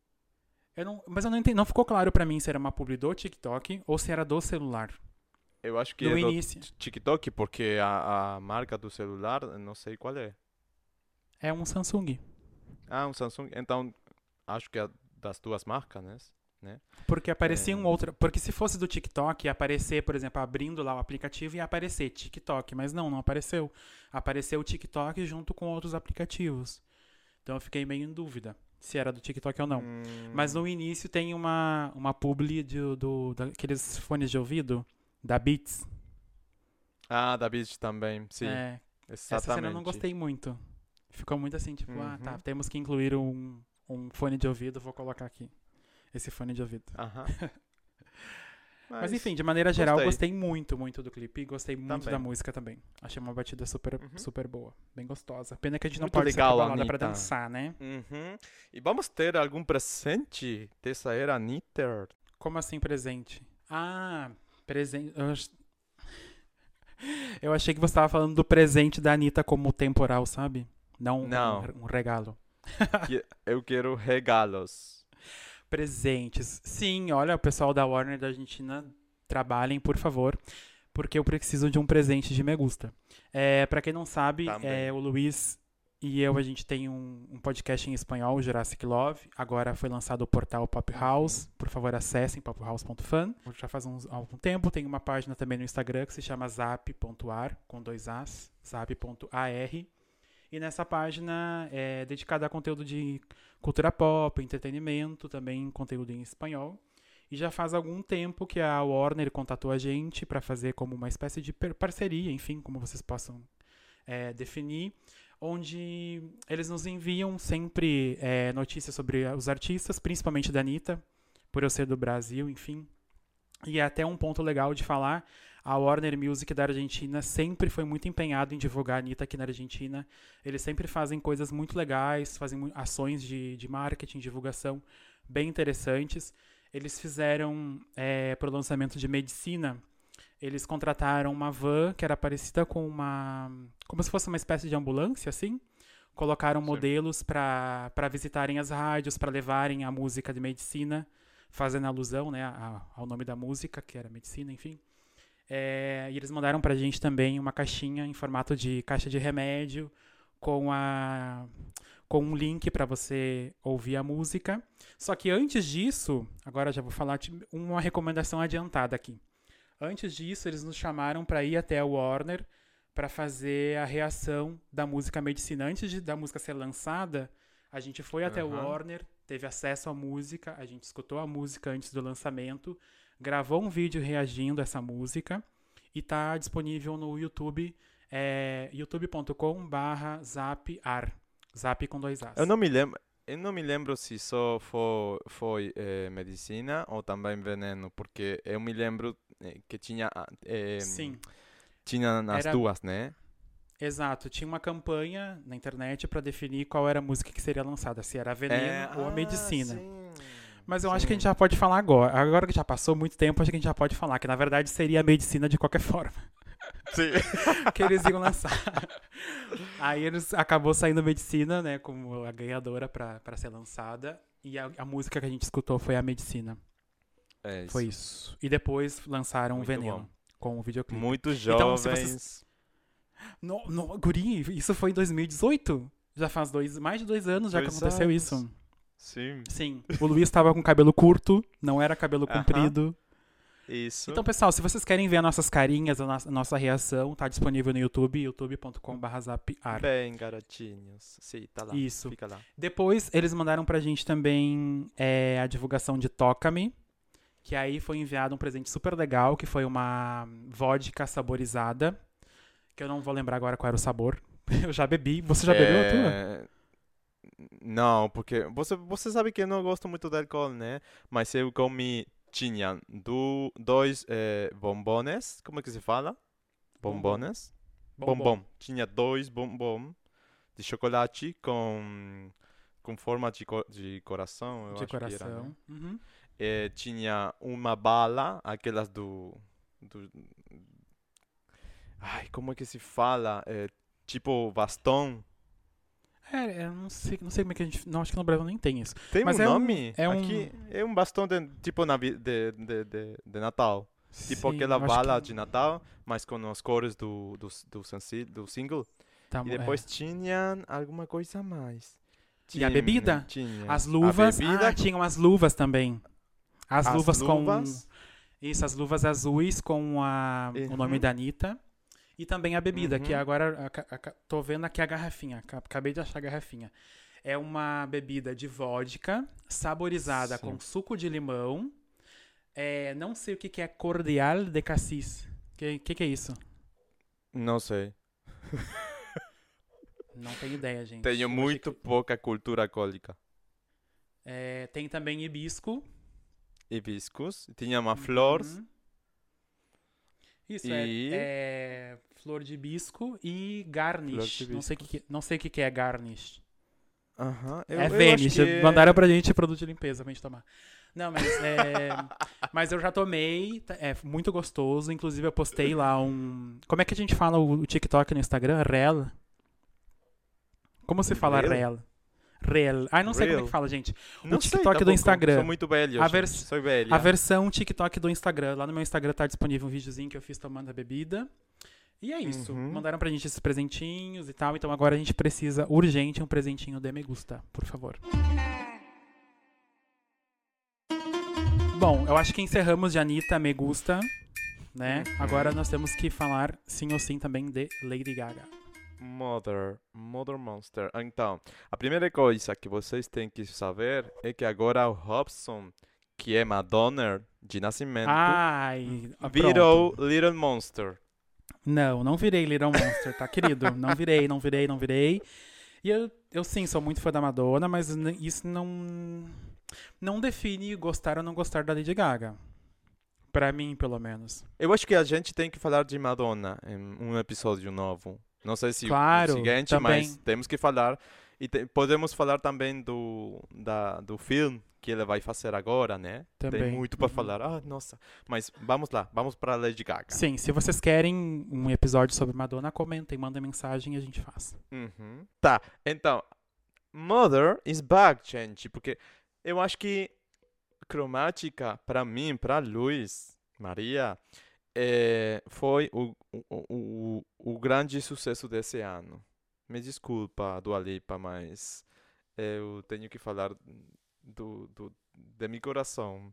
Eu não, mas eu não entendi, não ficou claro pra mim se era uma publi do TikTok ou se era do celular. Eu acho que No é do início. TikTok, porque a, a marca do celular, eu não sei qual é. É um Samsung. Ah, um Samsung. Então, acho que é das duas marcas, né? Porque aparecia É. um outro. Porque se fosse do TikTok, ia aparecer, por exemplo, abrindo lá o aplicativo, ia aparecer TikTok. Mas não, não apareceu. Apareceu o TikTok junto com outros aplicativos. Então eu fiquei meio em dúvida se era do TikTok ou não. Hum, Mas no início tem uma, uma publi de, do, daqueles fones de ouvido, da Beats. Ah, da Beat também, sim, É, essa exatamente. cena eu não gostei muito. Ficou muito assim, tipo, ah, tá, Uhum. temos que incluir um, um fone de ouvido, vou colocar aqui. Esse fone de ouvido. Aham. Mas, enfim, de maneira geral, gostei. gostei muito, muito do clipe e gostei muito Também. da música também. Achei uma batida super, Uhum. super boa, bem gostosa. Pena que a gente não Muito pode legal, sair pra balada pra Anitta. dançar, né? Uhum. E vamos ter algum presente dessa era Anitta? Como assim presente? Ah, presente... Eu, ach- eu achei que você tava falando do presente da Anitta como temporal, sabe? Não, um- Não. Um, um regalo. Que- Eu quero regalos. Presentes. Sim, olha, o pessoal da Warner da Argentina, trabalhem, por favor, porque eu preciso de um presente de Me Gusta. É, para quem não sabe, Também. é, o Luiz e eu, a gente tem um, um podcast em espanhol, o Jurassic Love. Agora foi lançado o portal Pop House. Por favor, acessem pop house ponto fan. Já faz uns, algum tempo. Tem uma página também no Instagram que se chama zap ponto ar, com dois As, zap ponto ar. E nessa página é dedicada a conteúdo de cultura pop, entretenimento, também conteúdo em espanhol. E já faz algum tempo que a Warner contatou a gente para fazer como uma espécie de per- parceria, enfim, como vocês possam é, definir, onde eles nos enviam sempre é, notícias sobre os artistas, principalmente da Anitta, por eu ser do Brasil, enfim. E é até um ponto legal de falar, a Warner Music da Argentina sempre foi muito empenhado em divulgar a Anitta aqui na Argentina. Eles sempre fazem coisas muito legais, fazem mu- ações de, de marketing, divulgação bem interessantes. Eles fizeram, é, para o lançamento de Medicina, eles contrataram uma van que era parecida com uma... como se fosse uma espécie de ambulância, assim. Colocaram Sim. modelos para para visitarem as rádios, para levarem a música de Medicina, fazendo alusão, né, a- ao nome da música, que era Medicina, enfim. É, e eles mandaram pra gente também uma caixinha em formato de caixa de remédio com, a, com um link para você ouvir a música. Só que antes disso, agora já vou falar uma recomendação adiantada aqui. Antes disso, eles nos chamaram para ir até a Warner para fazer a reação da música Medicina. Antes de, da música ser lançada, a gente foi até Uhum. o Warner, teve acesso à música, a gente escutou a música antes do lançamento, gravou um vídeo reagindo a essa música e tá disponível no YouTube, é, youtube ponto com barra zapar, zap com dois As. Eu não me lembro, eu não me lembro se só foi, foi eh, Medicina ou também Veneno, porque eu me lembro eh, que tinha, eh, Sim, tinha nas Era- duas, né? exato. Tinha uma campanha na internet para definir qual era a música que seria lançada, se era Veneno É, ou a ah, Medicina. sim, Mas eu acho que a gente sim. já pode falar agora. Agora que já passou muito tempo, acho que a gente já pode falar que na verdade seria a Medicina de qualquer forma. Sim. Que eles iam lançar. Aí eles acabou saindo Medicina, né, como a ganhadora pra pra ser lançada. E a, a música que a gente escutou foi a Medicina. É isso. Foi isso. E depois lançaram o Muito Veneno bom. com o videoclipe. Muito Então, se jovens. vocês- No, no, guri, isso foi em dois mil e dezoito? Já faz dois, mais de dois anos já que Dois aconteceu anos. isso. Sim, Sim. O Luiz estava com cabelo curto, não era cabelo Aham. comprido. isso. Então, pessoal, se vocês querem ver as nossas carinhas, a nossa, a nossa reação, tá disponível no YouTube, youtube ponto com barra zapar. Bem, garotinhos. Sim, tá lá. Isso. Fica lá. Depois, eles mandaram pra gente também é, a divulgação de Toca-me, que aí foi enviado um presente super legal, que foi uma vodka saborizada, que eu não vou lembrar agora qual era o sabor. Eu já bebi. Você já bebeu a tua? É, Não, porque você, você sabe que eu não gosto muito de álcool, né? Mas eu comi, tinha do, dois eh, bombones, como é que se fala? Bombom. Bombones? Bombom. Bombom. Tinha dois bombom de chocolate com, com forma de, co- de coração, eu De acho que era, né? coração. Uhum. Eh, tinha uma bala, aquelas do, do... Ai, como é que se fala? Eh, tipo bastão. É, eu não sei, não sei como é que a gente. Não, acho que no Brasil nem tem isso. Tem Mas um é um- nome? é um- Aqui é um bastão de, tipo na, vi- de, de, de, de Natal. Tipo Sim, aquela eu acho bala que- de Natal, mas com as cores do, do, do, sensi- do single. tá, E é. depois tinha alguma coisa a mais. E a bebida? Tinha. As luvas. A bebida, Ah, tinham as luvas também. As, as luvas, luvas. com. Isso, as luvas azuis com a, o nome Uhum. da Anitta. E também a bebida, Uhum. que agora. a ca- a ca- tô vendo aqui a garrafinha. ca- Acabei de achar a garrafinha. É uma bebida de vodka, saborizada Sim. com suco de limão. É, não sei o que, que é cordial de cassis. O que, que, que é isso? Não sei. Não tenho ideia, gente. Tenho Eu achei muito que- pouca cultura alcoólica. É, tem também hibisco. Hibiscus. Tinha uma flor. Uhum. Isso, E- é, é flor de hibisco e garnish. Flor de Não sei o que, que- não sei o que, que é garnish. Aham. Eu, é eu Vanish. acho que... Mandaram pra gente produto de limpeza pra gente tomar. Não, mas é, mas eu já tomei, tá- é muito gostoso. Inclusive eu postei lá um... Como é que a gente fala o, o TikTok no Instagram? Reel? Como se fala Reel? reel? Reel. Ah, não sei como é Reel? que fala, gente. Não TikTok sei do tampouco. Instagram. Sou muito velho, A gente. vers- Sou velho. A versão TikTok do Instagram. Lá no meu Instagram tá disponível um videozinho que eu fiz tomando a bebida. E é isso. Uhum. Mandaram pra gente esses presentinhos e tal. Então agora a gente precisa urgente um presentinho de Me Gusta, por favor. Bom, eu acho que encerramos de Anitta, Me Gusta, né? Uhum. Agora nós temos que falar sim ou sim também de Lady Gaga. Mother, Mother Monster. Então, a primeira coisa que vocês têm que saber é que agora o Robson, que é Madonna de nascimento, Ai, ah, virou pronto. Little Monster. Não, não virei Little Monster, tá, querido? Não virei, não virei, não virei. E eu, eu sim, sou muito fã da Madonna, mas n- isso não não define gostar ou não gostar da Lady Gaga. Pra mim, pelo menos. Eu acho que a gente tem que falar de Madonna em um episódio novo. Não sei se Claro, o seguinte, também. mas temos que falar. E te- podemos falar também do, da, do filme que ele vai fazer agora, né? Também. Tem muito para Uhum. falar. Ah, nossa. Mas vamos lá, vamos para Lady Gaga. Sim, se vocês querem um episódio sobre Madonna, comentem, mandem mensagem e a gente faz. Uhum. Tá, então, Mother is back, gente, porque eu acho que Cromática, pra mim, pra Luiz, Maria, é, foi o, o, o, o grande sucesso desse ano. Me desculpa, Dua Lipa, mas eu tenho que falar do, do, de meu coração.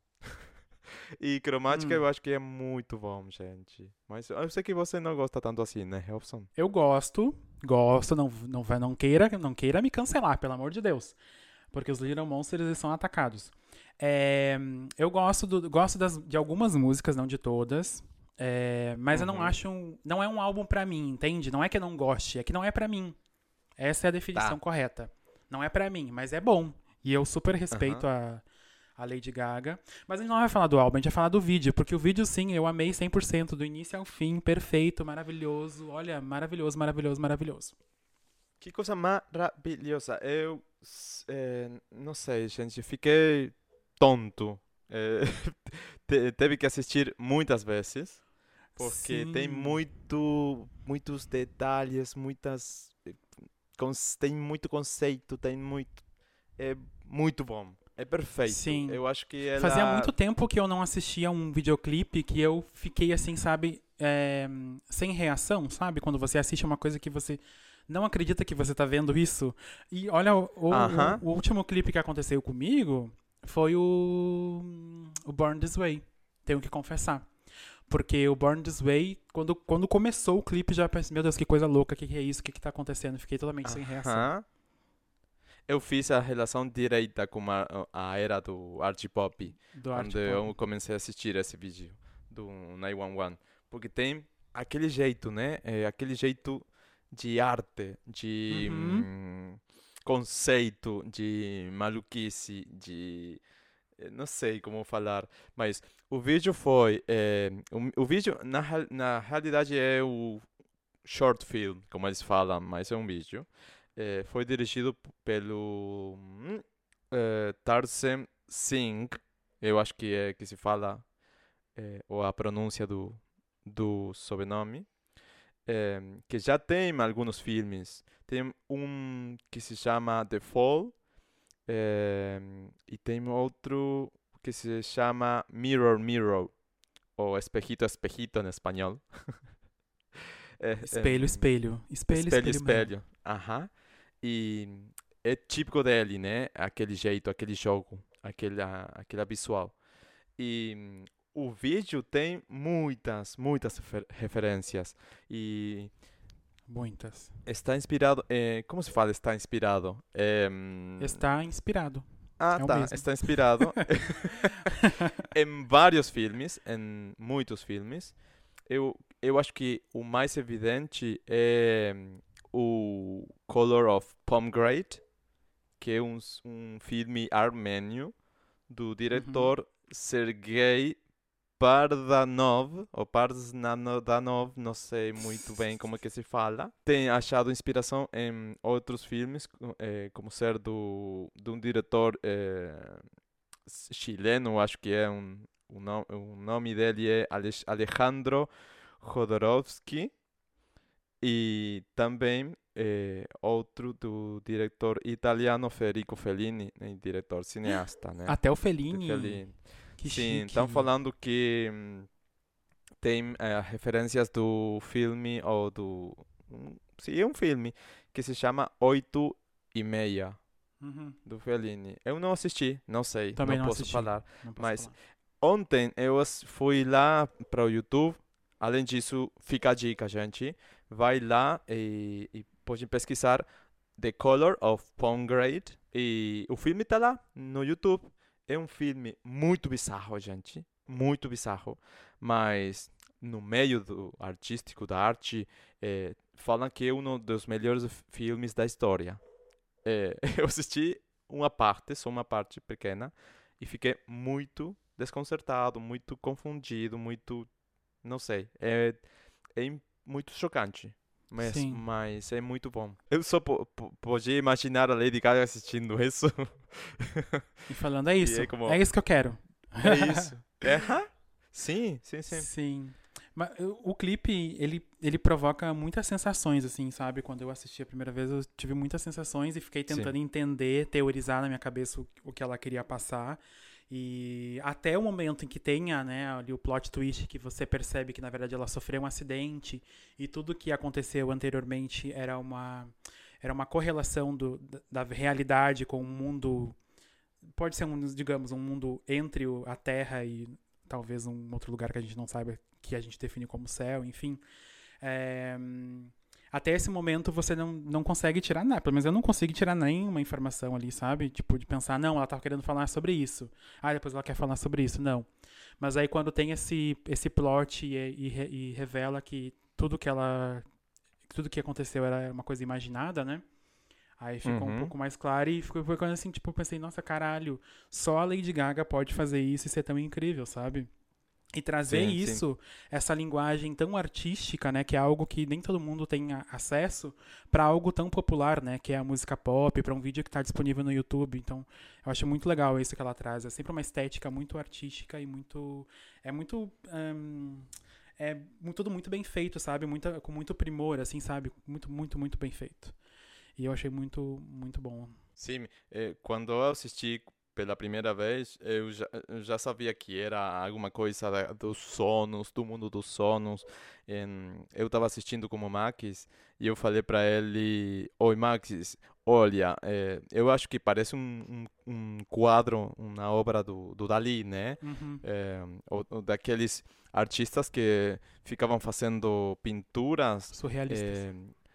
E Cromática Hum, eu acho que é muito bom, gente. Mas eu sei que você não gosta tanto assim, né, Robson? eu gosto, gosto, não, não, vai- não, queira, não queira me cancelar, pelo amor de Deus. Porque os Little Monsters eles são atacados. É, eu gosto, do, gosto das, de algumas músicas, não de todas. É, mas eu não Uhum. acho. Um, não é um álbum pra mim, entende? Não é que eu não goste, é que não é pra mim. Essa é a definição Tá. correta. Não é pra mim, mas é bom. E eu super respeito Aham. a, a Lady Gaga. Mas a gente não vai falar do álbum, a gente vai falar do vídeo. Porque o vídeo, sim, eu amei cem por cento, do início ao fim. Perfeito, maravilhoso. Olha, maravilhoso, maravilhoso, maravilhoso. Que coisa maravilhosa. Eu s- eh, não sei, gente. Fiquei tonto. Eh, te- teve que assistir muitas vezes. Porque tem Sim. muito, muitos detalhes, muitas. eh, cons- Tem muito conceito, tem muito. É muito bom. É perfeito. Sim. Eu acho que Fazia ela. muito tempo que eu não assistia um videoclipe que eu fiquei assim, sabe, é, sem reação, sabe? Quando você assiste uma coisa que você não acredita que você tá vendo isso. E olha, o, o- Aham. o último clipe que aconteceu comigo foi o, o Born This Way. Tenho que confessar. Porque o Born This Way, quando, quando começou o clipe, já pensei, meu Deus, que coisa louca, o que, que é isso, o que, que tá acontecendo? Fiquei totalmente sem reação Aham. Eu fiz a relação direita com a, a era do art pop do art quando pop. eu comecei a assistir esse vídeo do nove um um. Porque tem aquele jeito, né? É aquele jeito de arte, de Uhum. hum, conceito, de maluquice, de. eh, Não sei como falar, mas o vídeo foi. eh, o, o vídeo, na, real- na realidade, é o short film, como eles falam, mas é um vídeo. Eh, foi dirigido p- pelo hum, eh, Tarsem Singh, eu acho que é que se fala, eh, ou a pronúncia do, do sobrenome, eh, que já tem alguns filmes. Tem um que se chama The Fall, eh, e tem outro que se chama Mirror Mirror, ou Espejito Espejito em espanhol. É, Espelho, em espelho. Espelho, espelho, espelho meu. espelho. Aham. E é típico dele, né? Aquele jeito, aquele jogo, aquela, aquela visual. E hum, o vídeo tem muitas, muitas refer- referências. E Muitas. está inspirado. eh, como se fala está inspirado? É, hum, Está inspirado. ah, É o tá. mesmo. Está inspirado em vários filmes, em muitos filmes. Eu, eu acho que o mais evidente é hum, o Color of Pomegranate, que é um, s- um filme armênio do Uhum. diretor Sergei Pardanov, ou Pardanov, não sei muito bem como é que se fala. Tem achado inspiração em outros filmes, co- eh, como ser do, de um diretor eh, s- chileno, acho que é um, o, no, o nome dele é Alex- Alejandro Jodorowsky. E também eh, outro do diretor italiano Federico Fellini, né, diretor cineasta, né? Até o De Fellini. Fellini. Que Sim, estão chique. falando que hum, tem eh, referências do filme ou do um, sim, é um filme que se chama Oito e Meia Uhum. do Fellini. Eu não assisti, não sei, Também não não posso assisti. falar, Não posso mas falar. ontem eu ass- fui lá para o YouTube. Além disso, fica a dica, gente. Vai lá e, e pode pesquisar The Color of Pomegranate. E o filme tá lá no YouTube. É um filme muito bizarro, gente. Muito bizarro. Mas no meio do artístico, da arte, eh, falam que é um dos melhores f- filmes da história. É, eu assisti uma parte, só uma parte pequena, e fiquei muito desconcertado, muito confundido, muito. Não sei. É, é im- muito chocante. Mas, Sim. mas é muito bom. Eu só po po podia imaginar a Lady Gaga assistindo isso. E falando, é E isso. é como. É isso que eu quero. É isso. É, hã? Sim, sim, sim. Sim. Mas eu- o clipe, ele, ele provoca muitas sensações, assim, sabe? Quando eu assisti a primeira vez, eu tive muitas sensações e fiquei Sim. tentando entender, teorizar na minha cabeça o, o que ela queria passar. E até o momento em que tenha, né, ali o plot twist que você percebe que na verdade ela sofreu um acidente e tudo que aconteceu anteriormente era uma era uma correlação do, da realidade com o mundo, pode ser um, digamos, um mundo entre a Terra e talvez um outro lugar que a gente não saiba, que a gente define como céu, enfim. É, até esse momento você não, não consegue tirar nada, pelo menos eu não consigo tirar nenhuma informação ali, sabe? Tipo, de pensar, não, ela tava querendo falar sobre isso. Ah, depois ela quer falar sobre isso. Não. Mas aí quando tem esse, esse plot e, e, e revela que tudo que ela... tudo que aconteceu era uma coisa imaginada, né? Aí ficou Uhum. um pouco mais claro e ficou, foi quando assim, tipo, eu pensei, nossa, caralho, só a Lady Gaga pode fazer isso e ser tão incrível, sabe? E trazer Sim, sim. isso, essa linguagem tão artística, né, que é algo que nem todo mundo tem a- acesso, para algo tão popular, né, que é a música pop, para um vídeo que está disponível no YouTube. Então, eu acho muito legal isso que ela traz. É sempre uma estética muito artística e muito, é muito, hum, é mu- tudo muito bem feito, sabe? Muita, com muito primor, assim, sabe? Muito, muito, muito bem feito. E eu achei muito, muito bom. Sim, eh, quando eu assisti pela primeira vez, eu já, eu já sabia que era alguma coisa da- dos sonos, do mundo dos sonos. Em, eu estava assistindo com o Max e eu falei para ele: Oi, Max, olha, eh, eu acho que parece um, um, um quadro, uma obra do, do Dalí, né? Uhum. Eh, ou, ou daqueles artistas que ficavam fazendo pinturas. Surrealistas. eh,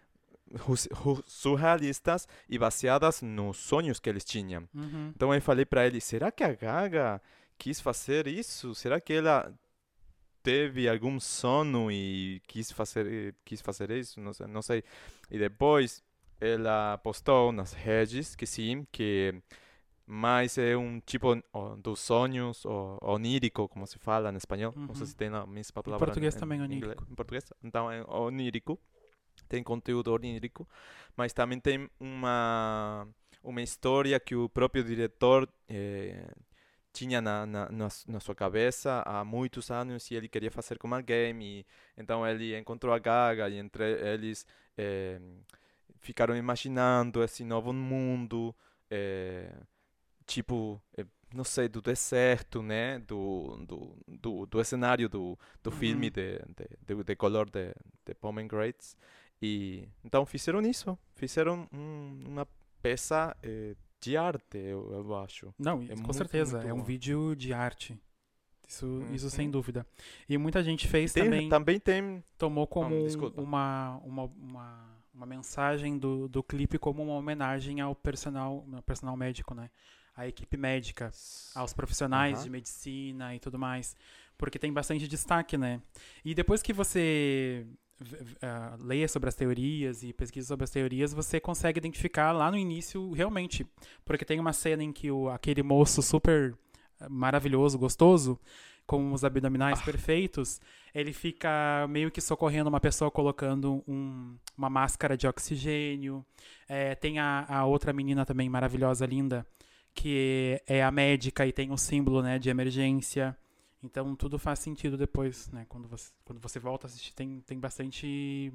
ru- ru- surrealistas e baseadas nos sonhos que eles tinham. Uhum. Então eu falei para ele, será que a Gaga quis fazer isso? Será que ela teve algum sono e quis fazer quis fazer isso? Não sei, não sei. E depois ela postou nas redes que sim, que mais é um tipo ó, dos sonhos ó, onírico, como se fala em espanhol. Não sei Uhum. se tem a mesma Em palavra português em, também, em inglês, onírico. em português. Então é onírico, tem conteúdo onírico, mas também tem uma uma história que o próprio diretor eh, tinha na, na, na, s- na sua cabeça há muitos anos e ele queria fazer com alguém e então ele encontrou a Gaga e entre eles eh, ficaram imaginando esse novo mundo, eh, tipo, eh, não sei, do deserto, né? Do, do, do, do cenário do, do filme Uhum. de, de, de, de color de, de Pomegranates. E então fizeram isso, fizeram um- uma peça eh, de arte, eu, eu acho. Não, É com muito, certeza. muito É um bom. vídeo de arte. Isso, isso sem Uhum. dúvida. E muita gente E fez tem, também, também tem. tomou Ah, como um- desculpa. uma, uma, uma, uma mensagem do, do clipe como uma homenagem ao personal, ao personal médico, né? À equipe médica, S- aos profissionais de Aham. medicina e tudo mais. Porque tem bastante destaque, né? E depois que você v- v- ah, leia sobre as teorias e pesquisa sobre as teorias, você consegue identificar lá no início realmente. Porque tem uma cena em que o, aquele moço super ah, maravilhoso, gostoso, com os abdominais Ah, perfeitos, ele fica meio que socorrendo uma pessoa colocando um- uma máscara de oxigênio. É, tem a, a outra menina também maravilhosa, linda, que é a médica e tem o símbolo, né, de emergência. Então tudo faz sentido depois, né? Quando você, quando você volta a assistir, tem, tem bastante.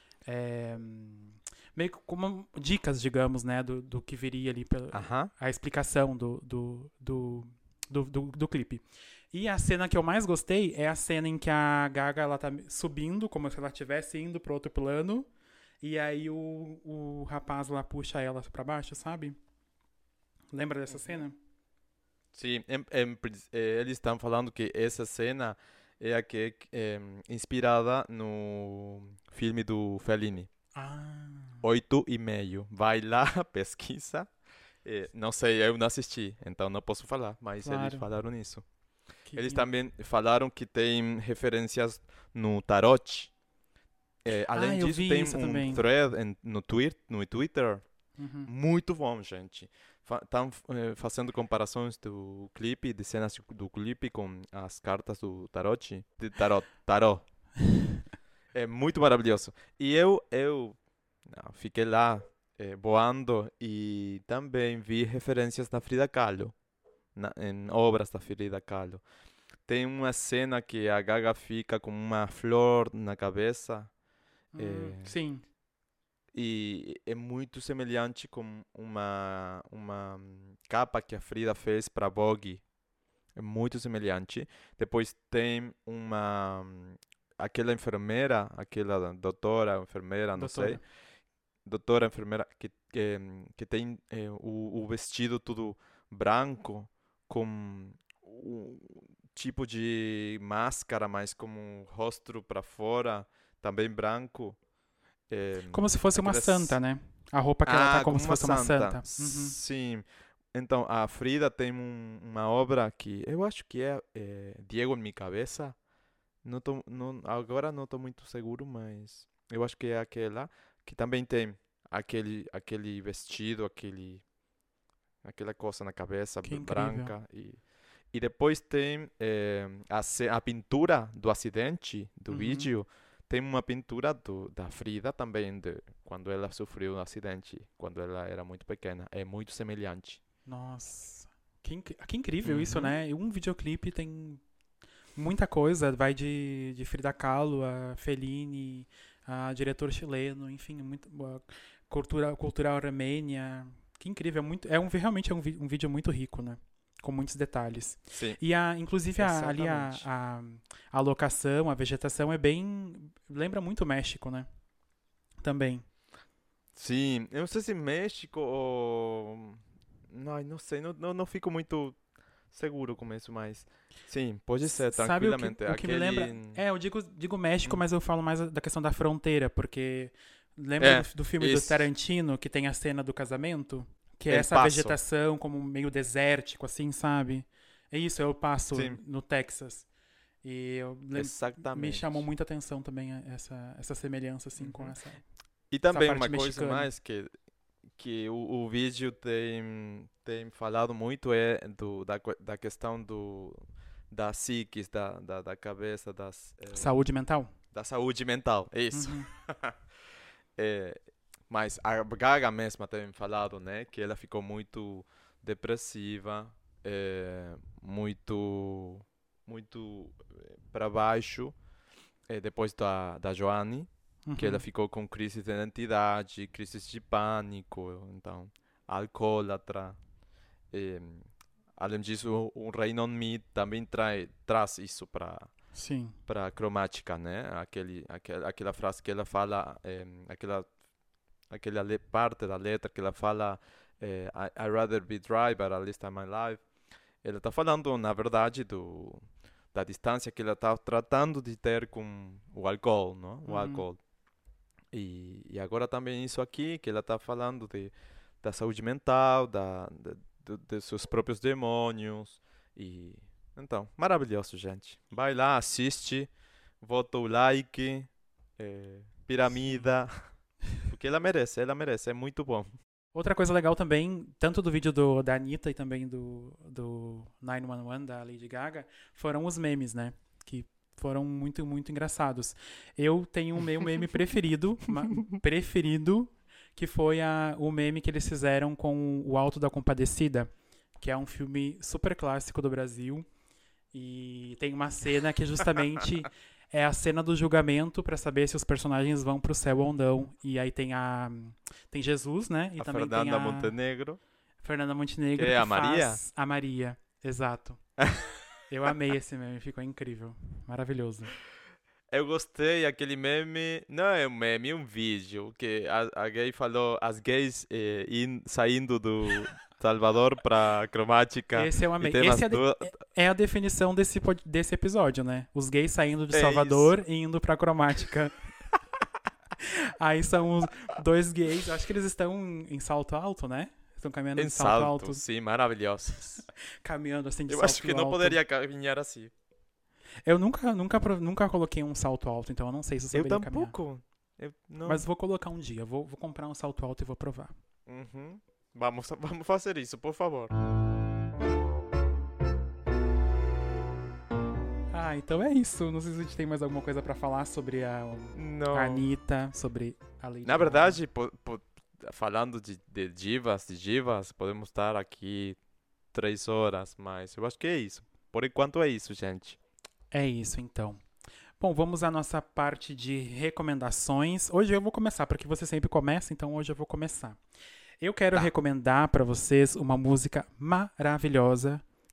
é, meio que como dicas, digamos, né? Do, do que viria ali, pela, aham. a explicação do, do, do, do, do, do clipe. E a cena que eu mais gostei é a cena em que a Gaga ela tá subindo, como se ela estivesse indo pro outro plano. E aí o, o rapaz lá puxa ela pra baixo, sabe? Lembra dessa Uhum. cena? Sim, em- em prin- eh, eles estão falando que essa cena é a que é em, inspirada no filme do Fellini. Ah, Oito e meio. Vai lá, pesquisa. Eh, não sei, eu não assisti, então não posso falar, mas eles claro. falaram nisso. Que Eles lindo. também falaram que tem referências no tarot. Eh, Ah, além eu disso, vi tem isso um também. thread em- no, Twitter, no Twitter Uhum. muito bom, gente. Estão fazendo comparações do clipe, de cenas do do clipe com as cartas do tarot, de tarot, tarot. É muito maravilhoso. E eu, eu não, fiquei lá eh, voando e também vi referências da Frida Kahlo, na, em obras da Frida Kahlo. Tem uma cena que a Gaga fica com uma flor na cabeça. Hum, eh, sim. E é muito semelhante com uma, uma hum, capa que a Frida fez para Vogue. é muito semelhante. Depois tem uma aquela enfermeira, aquela doutora, enfermeira, não sei, Doutora. doutora, enfermeira que que, que tem eh, o, o vestido tudo branco com um tipo de máscara, mas com o rosto para fora, também branco. Eh, Como se fosse uma aquelas santa, né? A roupa que ela tá Ah, como como se uma fosse uma santa. santa. Uhum. Sim. Então, a Frida tem um- uma obra que eu acho que é, é Diego em minha cabeça. Não tô, não, agora não estou muito seguro, mas eu acho que é aquela que também tem aquele, aquele vestido, aquele, aquela coisa na cabeça Que br- incrível. branca. E, e depois tem eh, a, ce- a pintura do acidente, do Uhum. vídeo. Tem uma pintura do, da Frida também, de quando ela sofreu um acidente, quando ela era muito pequena. É muito semelhante. Nossa. Que, inc- que incrível isso, Uhum. né? Um videoclipe tem muita coisa. Vai de, de Frida Kahlo a Fellini, a diretor chileno, enfim, muito, a cultura, cultura armênia. Que incrível. Muito, é um, realmente é um, vi- um vídeo muito rico, né? Com muitos detalhes. Sim, E a, inclusive a- ali a, exatamente. a, a locação, a vegetação é bem. Lembra muito o México, né? Também. Sim, eu não sei se México ou. Não, não sei, não, não, não fico muito seguro com isso, mas. Sim, pode S- ser, Sabe o que, tranquilamente. o que me lembra? Aquele. É, eu digo, digo México, Hum. mas eu falo mais da questão da fronteira, porque lembra do, É, do filme do isso. Tarantino, que tem a cena do casamento? Que é El essa Paso. vegetação como meio desértico, assim, sabe? É isso, eu passo Sim, no Texas. E eu lem- me chamou exatamente. muita atenção também a- essa, essa semelhança, assim, com Uhum. essa, E essa também parte uma coisa mexicana. mais que, que o, o vídeo tem, tem falado muito é do, da, que- da questão do, da psiquis, da, da, da cabeça, das, eh, Saúde mental? da saúde mental. É isso. Uhum. É, mas a Gaga mesma tem falado, né, que ela ficou muito depressiva, é, muito, muito para baixo, é, depois da, da Joanne, que ela Uhum. ficou com crise de identidade, crise de pânico, então, alcoólatra. É, além disso, o Rain on Me também trai, traz isso para Sim. para cromática, né? Aquele, aquela, aquela frase que ela fala, eh, aquela, aquela le- parte da letra que ela fala, eh, I, I'd rather be dry, but at least I'm alive. Ela está falando, na verdade, do, da distância que ela está tratando de ter com o álcool, não? O Uhum. álcool. E, e agora também isso aqui, que ela está falando de, da saúde mental, da, da, do- dos seus próprios demônios. E então, maravilhoso, gente. Vai lá, assiste, vota o like, eh, Sim. piramida, porque ela merece, ela merece, é muito bom. Outra coisa legal também, tanto do vídeo do, da Anitta e também do, do nove um um da Lady Gaga, foram os memes, né? Que foram muito, muito engraçados. Eu tenho o meu meme preferido, ma- preferido, que foi a, o meme que eles fizeram com o Alto da Compadecida, que é um filme super clássico do Brasil. E tem uma cena que justamente é a cena do julgamento pra saber se os personagens vão pro céu ou não. E aí tem a tem Jesus, né? E A também tem Fernanda a Montenegro, Fernanda que Montenegro é que a Maria. faz a Maria. Exato. Eu amei esse meme, ficou incrível. Maravilhoso. Eu gostei aquele meme, não é um meme, é um vídeo que a, a gay falou, as gays eh, in- saindo do Salvador para cromática Esse eu e amei. tem Esse as é a, de- duas. é a definição desse, pod- desse episódio, né? Os gays saindo de É isso. Salvador e indo pra cromática. Aí são os dois gays, acho que eles estão em salto alto, né? Estão caminhando Em em salto salto, alto, sim, maravilhosos. caminhando assim de Eu acho que salto não alto. poderia caminhar assim. Eu nunca, nunca, pro- nunca coloquei um salto alto, então eu não sei se eu Eu saberia caminhar. tampouco. Eu não. Mas vou colocar um dia, vou, vou comprar um salto alto e vou provar. Uhum. Vamos, vamos fazer isso, por favor. Ah, então é isso. Não sei se a gente tem mais alguma coisa pra falar sobre a, a Não. Anitta, sobre a Lady Na Gaga. verdade, po- po- falando de, de divas, de divas, podemos estar aqui três horas, mas eu acho que é isso. Por enquanto é isso, gente. É isso, então. Bom, vamos à nossa parte de recomendações. Hoje eu vou começar, porque você sempre começa, então hoje eu vou começar. Eu quero Tá. recomendar pra vocês uma música maravilhosa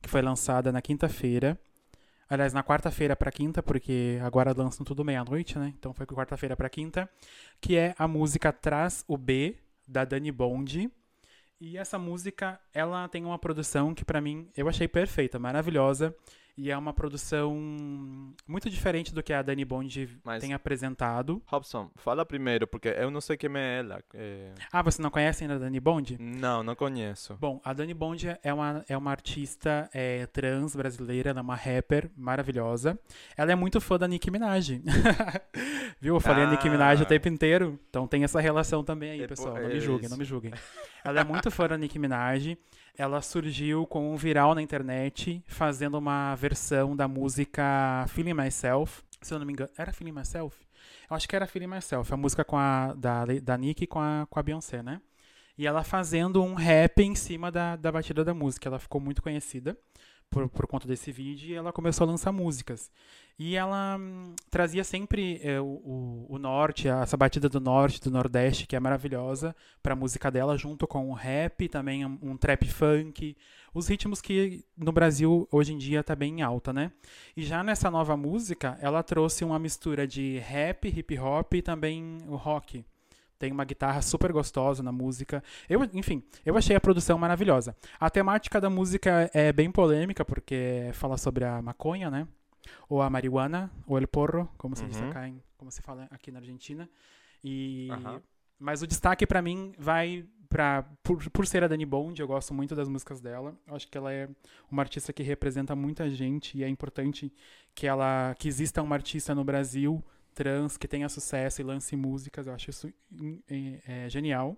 que foi lançada na quinta-feira. Aliás, na quarta-feira pra quinta, porque agora lançam tudo meia-noite, né? Então foi quarta-feira pra quinta. Que é a música Traz o B, da Dani Bond. E essa música, ela tem uma produção que pra mim, eu achei perfeita, maravilhosa. E é uma produção muito diferente do que a Dani Bond Mas- tem apresentado. Robson, fala primeiro, porque eu não sei quem é ela. É, Ah, você não conhece ainda a Dani Bond? Não, não conheço. Bom, a Dani Bond é uma, é uma artista é, trans brasileira, ela é uma rapper maravilhosa. Ela é muito fã da Nicki Minaj. Viu? Eu falei a Nicki Minaj o Ah. tempo inteiro. Então tem essa relação também aí, É, pessoal. pô, Não é me julguem, isso. não me julguem. Ela é muito fã da Nicki Minaj. Ela surgiu com um viral na internet, fazendo uma versão da música Feeling Myself. Se eu não me engano, era Feeling Myself? Eu acho que era Feeling Myself, a música com a, da, da Nicki com a, com a Beyoncé, né? E ela fazendo um rap em cima da, da batida da música. Ela ficou muito conhecida por, por conta desse vídeo e ela começou a lançar músicas. E ela hum, trazia sempre é, o, o, o norte, essa batida do norte, do nordeste, que é maravilhosa, pra música dela, junto com o rap, também um, um trap funk, os ritmos que no Brasil hoje em dia tá bem em alta, né? E já nessa nova música, ela trouxe uma mistura de rap, hip hop e também o rock. Tem uma guitarra super gostosa na música. Eu, enfim, eu achei a produção maravilhosa. A temática da música é bem polêmica, porque fala sobre a maconha, né? Ou a marihuana, ou el porro, como se diz Uhum. acá em, como se fala aqui na Argentina. E, Aham. mas o destaque pra mim vai para por, por ser a Dani Bond, eu gosto muito das músicas dela. Eu acho que ela é uma artista que representa muita gente e é importante que ela que exista uma artista no Brasil trans que tenha sucesso e lance músicas. Eu acho isso é, é, genial.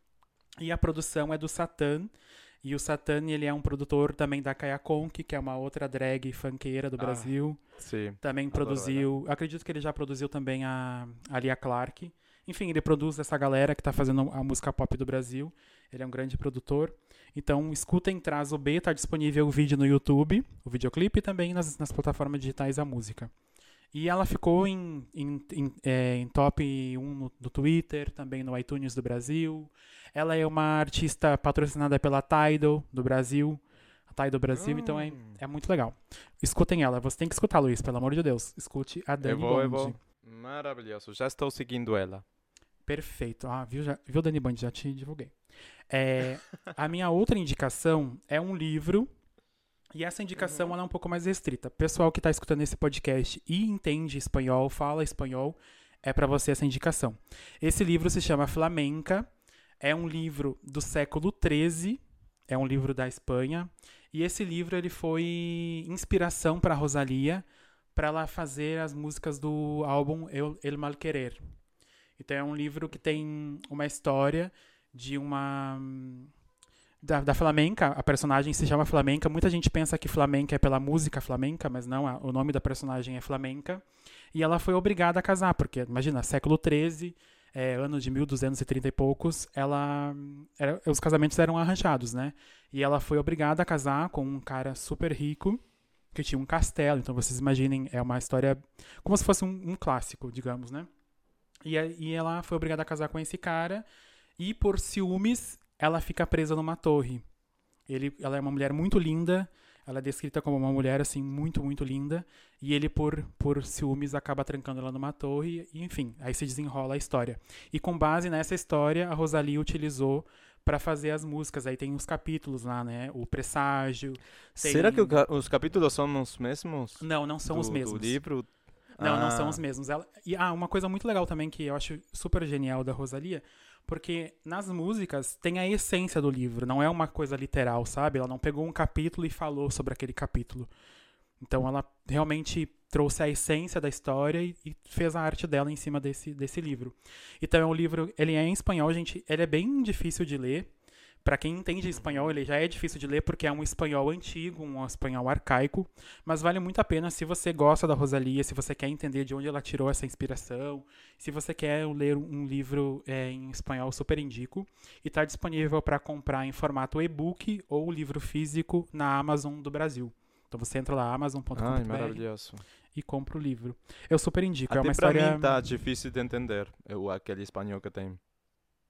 E a produção é do Satan. E o Satan, ele é um produtor também da Kaya Conk, que é uma outra drag funkeira do Ah, Brasil. Sim. Também adoro produziu, acredito que ele já produziu também a, a Lia Clark. Enfim, ele produz essa galera que tá fazendo a música pop do Brasil. Ele é um grande produtor. Então, escutem Traz o B, tá disponível o vídeo no YouTube, o videoclipe e também nas, nas plataformas digitais a música. E ela ficou em, em, em, é, em top um no, no Twitter, também no iTunes do Brasil. Ela é uma artista patrocinada pela Tidal do Brasil. A Tidal Brasil, então é, Hum. é muito legal. Escutem ela, você tem que escutar, Luiz, pelo amor de Deus. Escute a Dani Eu vou, eu Bond. vou. Maravilhoso. Já estou seguindo ela. Perfeito. Ah, viu, já, viu, Dani Bond? Já te divulguei. É, a minha outra indicação é um livro. E essa indicação ela é um pouco mais restrita. Pessoal que está escutando esse podcast e entende espanhol, fala espanhol, é para você essa indicação. Esse livro se chama Flamenca. É um livro do século treze. É um livro da Espanha. E esse livro ele foi inspiração para Rosalía para ela fazer as músicas do álbum El, El Mal Querer. Então é um livro que tem uma história de uma... Da, da flamenca, a personagem se chama Flamenca. Muita gente pensa que flamenca é pela música flamenca, mas não, a, o nome da personagem é Flamenca. E ela foi obrigada a casar, porque, imagina, século treze, é, ano de mil duzentos e trinta e poucos, ela, era, os casamentos eram arranjados, né? E ela foi obrigada a casar com um cara super rico, que tinha um castelo. Então, vocês imaginem, é uma história como se fosse um, um clássico, digamos, né? E, e ela foi obrigada a casar com esse cara, e por ciúmes ela fica presa numa torre. Ele, ela é uma mulher muito linda, ela é descrita como uma mulher assim muito, muito linda, e ele por, por ciúmes acaba trancando ela numa torre, e enfim, aí se desenrola a história. E com base nessa história, a Rosalía utilizou para fazer as músicas. Aí tem os capítulos lá, né? O Presságio. Tem... Será que o ca- os capítulos são os mesmos? Não, não são do, os mesmos. Do livro? Não, não Ah. são os mesmos. Ela... E ah, uma coisa muito legal também que eu acho super genial da Rosalía, porque nas músicas tem a essência do livro, não é uma coisa literal, sabe? Ela não pegou um capítulo e falou sobre aquele capítulo. Então ela realmente trouxe a essência da história e, e fez a arte dela em cima desse, desse livro. Então é um livro, ele é em espanhol, gente, ele é bem difícil de ler. Para quem entende espanhol, ele já é difícil de ler porque é um espanhol antigo, um espanhol arcaico, mas vale muito a pena se você gosta da Rosalía, se você quer entender de onde ela tirou essa inspiração, se você quer ler um livro é, em espanhol, super indico. E está disponível para comprar em formato e-book ou livro físico na Amazon do Brasil. Então você entra lá, amazon ponto com Ai, ponto b r maravilhoso. e compra o livro. Eu super indico, é Até uma pra história... mim tá difícil de entender o, aquele espanhol que tem.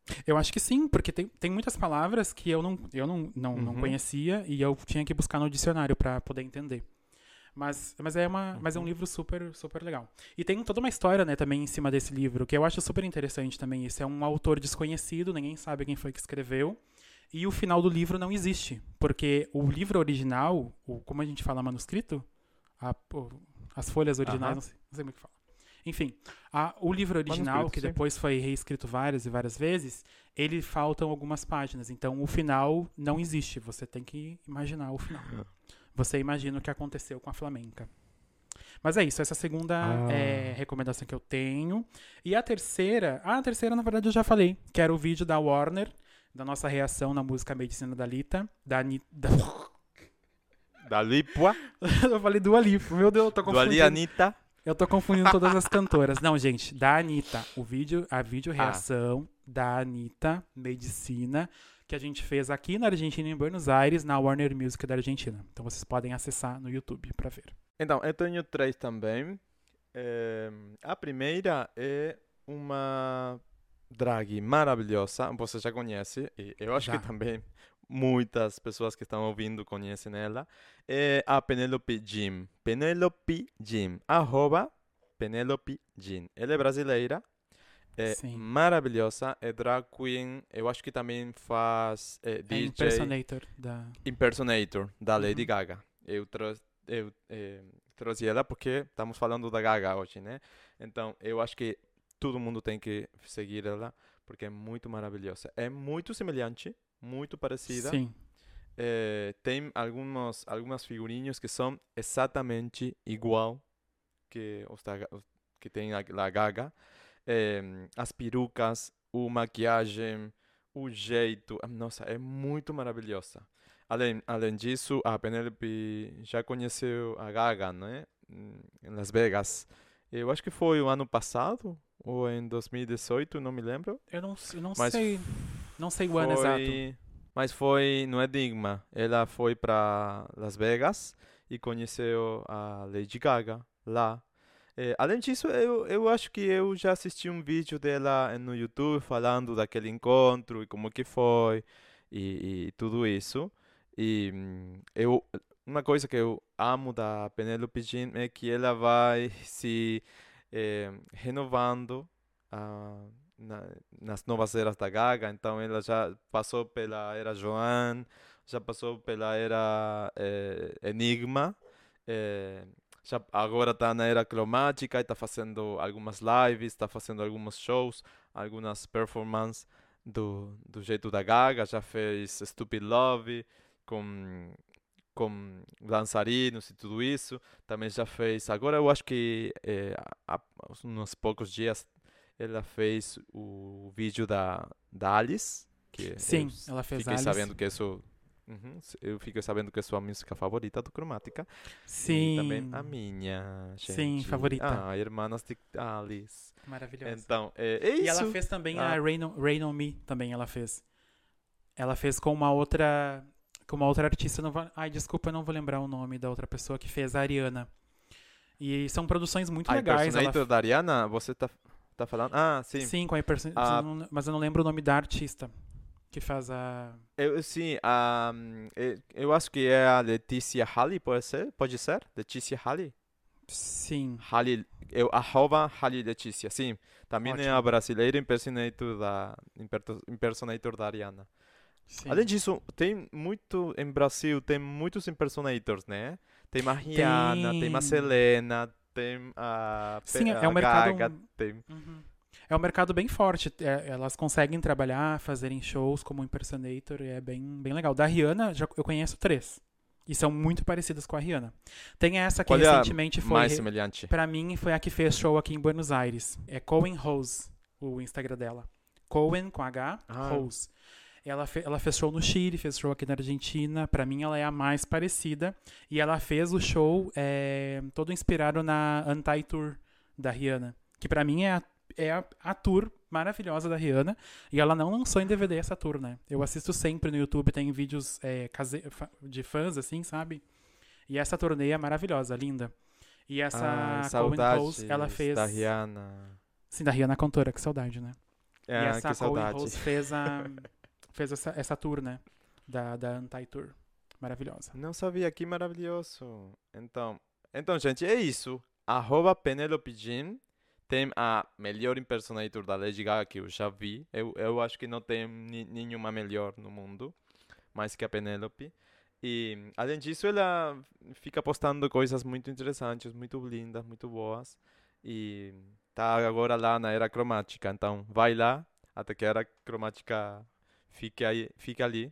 Eu acho que sim, porque tem, tem muitas palavras que eu não, eu não, não, não Uhum. conhecia e eu tinha que buscar no dicionário para poder entender. Mas, mas, é uma, mas é um Uhum. livro super, super legal. E tem toda uma história, né, também em cima desse livro, que eu acho super interessante também. Isso é um autor desconhecido, ninguém sabe quem foi que escreveu. E o final do livro não existe, porque o livro original, o, como a gente fala manuscrito, a- o- as folhas originais, Aham. não sei, não sei como é que fala. Enfim, a- o livro original, Manuscrito, que sim. depois foi reescrito várias e várias vezes, ele faltam algumas páginas. Então o final não existe. Você tem que imaginar o final. Você imagina o que aconteceu com a flamenca. Mas é isso, essa é a segunda é, Ah, recomendação que eu tenho. E a terceira, ah, a terceira na verdade eu já falei, que era o vídeo da Warner, da nossa reação na música Medicina da Lita, da Anitta. Da... da Lipua, eu falei do Alipo, meu Deus, eu tô do Ali confundindo. Anitta. Eu tô confundindo todas as cantoras. Não, gente, da Anitta, o vídeo, a vídeo Ah, reação da Anitta Medicina, que a gente fez aqui na Argentina, em Buenos Aires, na Warner Music da Argentina. Então vocês podem acessar no YouTube pra ver. então, eu tenho três também. Eh, a primeira é uma drag maravilhosa, você já conhece, e eu acho que Já. também muitas pessoas que estão ouvindo conhecem ela. É a Penelope Jim. Penelope Jim, arroba Penelope Jim. Ela é brasileira, é Sim. maravilhosa, é drag queen, eu acho que também faz é, É D J, impersonator da. impersonator da Lady Uhum. Gaga. Eu, trou eu eh, trouxe ela porque estamos falando da Gaga hoje, né? Então, eu acho que todo mundo tem que seguir ela porque é muito maravilhosa. É muito semelhante, muito parecida. Sim. Eh, tem alguns, algumas figurinhas que são exatamente igual que os da, Ga- os que tem a, a Gaga. Eh, as perucas, o maquiagem, o jeito. ah, Nossa, é muito maravilhosa. Além, além disso, a Penelope já conheceu a Gaga, né? Hum, Em Las Vegas. Eu acho que foi o ano passado ou em dois mil e dezoito, não me lembro. Eu não, eu não Mas sei. Não sei o ano exato. foi, mas foi no Enigma. Ela foi para Las Vegas e conheceu a Lady Gaga lá. Eh, além disso, eu, eu acho que eu já assisti um vídeo dela no YouTube falando daquele encontro e como que foi e, e tudo isso. E hum, eu, uma coisa que eu amo da Penelope Jean é que ela vai se eh, renovando ah, na- nas novas eras da Gaga. Então ela já passou pela era Joan, já passou pela era eh, Enigma. eh, já agora está na era cromática e está fazendo algumas lives, está fazendo alguns shows, algumas performances do, do jeito da Gaga. Já fez Stupid Love com, com dançarinos e tudo isso. Também já fez. Agora eu acho que eh, há, há uns poucos dias ela fez o vídeo da, da Alice, que eu Sim, s- ela fez fiquei Alice. sabendo que isso. Uhum, s- eu fiquei sabendo que é sua música favorita do Cromática. E também a Sim. minha, Sim, gente. favorita. Ah, Irmãs de Alice. Maravilhosa. Então, é, é E ela isso. fez também Ah, a Rain on, Rain on Me, também ela fez. Ela fez com uma outra com uma outra artista, não vou, ai, desculpa, eu não vou lembrar o nome da outra pessoa que fez a Ariana. E são produções muito a legais, ela impersonator da Ariana, você tá, tá falando? Ah, sim. sim, com a person... A, mas eu não lembro o nome da artista que faz a eu, sim, a, hum, é- eu acho que é a Letícia Halley, pode ser? Pode ser? Letícia Halley? sim, Halley, eu, arroba Halley Letícia, sim. Também é a ótimo. brasileira impersonator da, imperto- impersonator da Ariana. Além Sim. disso, tem muito, em Brasil, tem muitos impersonators, né? Tem a Rihanna, tem a Tem. Selena, tem a, Sim, Pe- é é um a mercado. Gaga, tem... Uhum. É um mercado bem forte. É, elas conseguem trabalhar, fazerem shows como impersonator, e é bem, bem legal. Da Rihanna, já, eu conheço três. E são muito parecidas com a Rihanna. Tem essa que Qual é a recentemente foi. mais re- semelhante? Pra mim, foi a que fez show aqui em Buenos Aires. É Cohen Rose, o Instagram dela. Cohen com H, Ah, Rose. Ela, fe, ela fez show no Chile, fez show aqui na Argentina. Pra mim, ela é a mais parecida. E ela fez o show é, todo inspirado na Anti-Tour da Rihanna. Que pra mim é a, é a, a tour maravilhosa da Rihanna. E ela não lançou em D V D essa tour, né? Eu assisto sempre no YouTube, tem vídeos é, case, de fãs, assim, sabe? E essa turnê é maravilhosa, linda. E essa ai, Cohen Rose, ela saudades fez. da Rihanna. Sim, da Rihanna cantora, que saudade, né? E Ah, essa que Chloe saudade. Rose fez, a, fez essa, essa tour, né? Da, da Anti-Tour. Maravilhosa. Não sabia, que maravilhoso. Então, então, gente, é isso. Arroba Penelope Jean tem a melhor impersonator da Lady Gaga que eu já vi. Eu, eu acho que não tem ni- nenhuma melhor no mundo, mais que a Penelope. E, além disso, ela fica postando coisas muito interessantes, muito lindas, muito boas. E tá agora lá na Era Cromática. Então, vai lá até que a Era Cromática fique, aí, fique ali.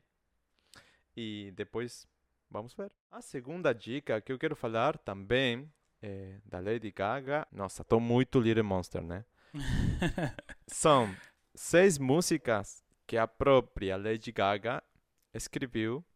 E depois vamos ver. A segunda dica que eu quero falar também é da Lady Gaga. Nossa, tô muito Little Monster, né? São seis músicas que a própria Lady Gaga escreveu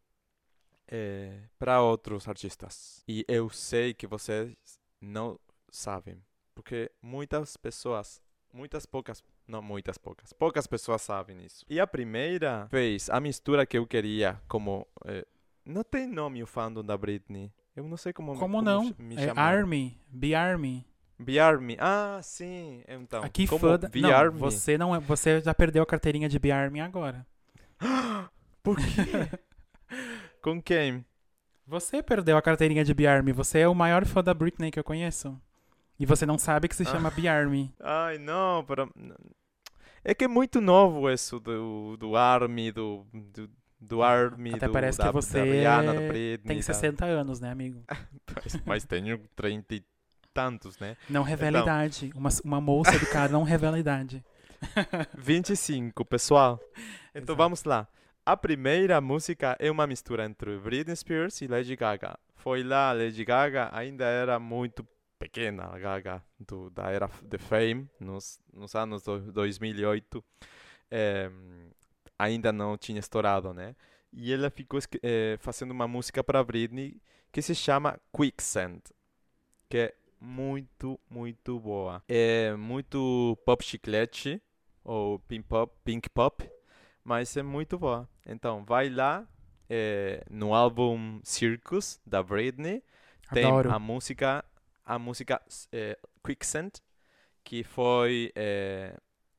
para outros artistas. E eu sei que vocês não sabem, porque muitas pessoas, muitas poucas, não muitas poucas, poucas pessoas sabem isso. E a primeira fez a mistura que eu queria, como eh, não tem nome o fandom da Britney. Eu não sei como, Como como não? me É chamar. Army. Be Army. B-Army. Ah, sim. Então, Aqui como fã da... Não, B-Army? você não é... Você já perdeu a carteirinha de Be Army agora. Por quê? Com quem? Você perdeu a carteirinha de Be Army. Você é o maior fã da Britney que eu conheço. E você não sabe que se chama Ah. Be Army. Ai, não, para... É que é muito novo isso do, do Army, do, do, do Army, Até do, parece da, que você da Rihanna, da Britney. tem da- sessenta anos, né, amigo? Mas, mas tenho trinta e tantos, né? Não revela Então. idade. Uma, uma moça educada não revela idade. vinte e cinco, pessoal. Então Exato. vamos lá. A primeira música é uma mistura entre Britney Spears e Lady Gaga. Foi lá, Lady Gaga ainda era muito pequena, a Gaga do, da era de Fame, nos, nos anos do, dois mil e oito. Eh, ainda não tinha estourado, né? E ela ficou esque- eh, fazendo uma música para Britney que se chama Quicksand, que é muito, muito boa. É muito pop chiclete, ou pink pop, pink pop, mas é muito boa. Então, vai lá eh, no álbum Circus, da Britney, tem Adoro. a música, a música eh, Quicksand, que foi eh,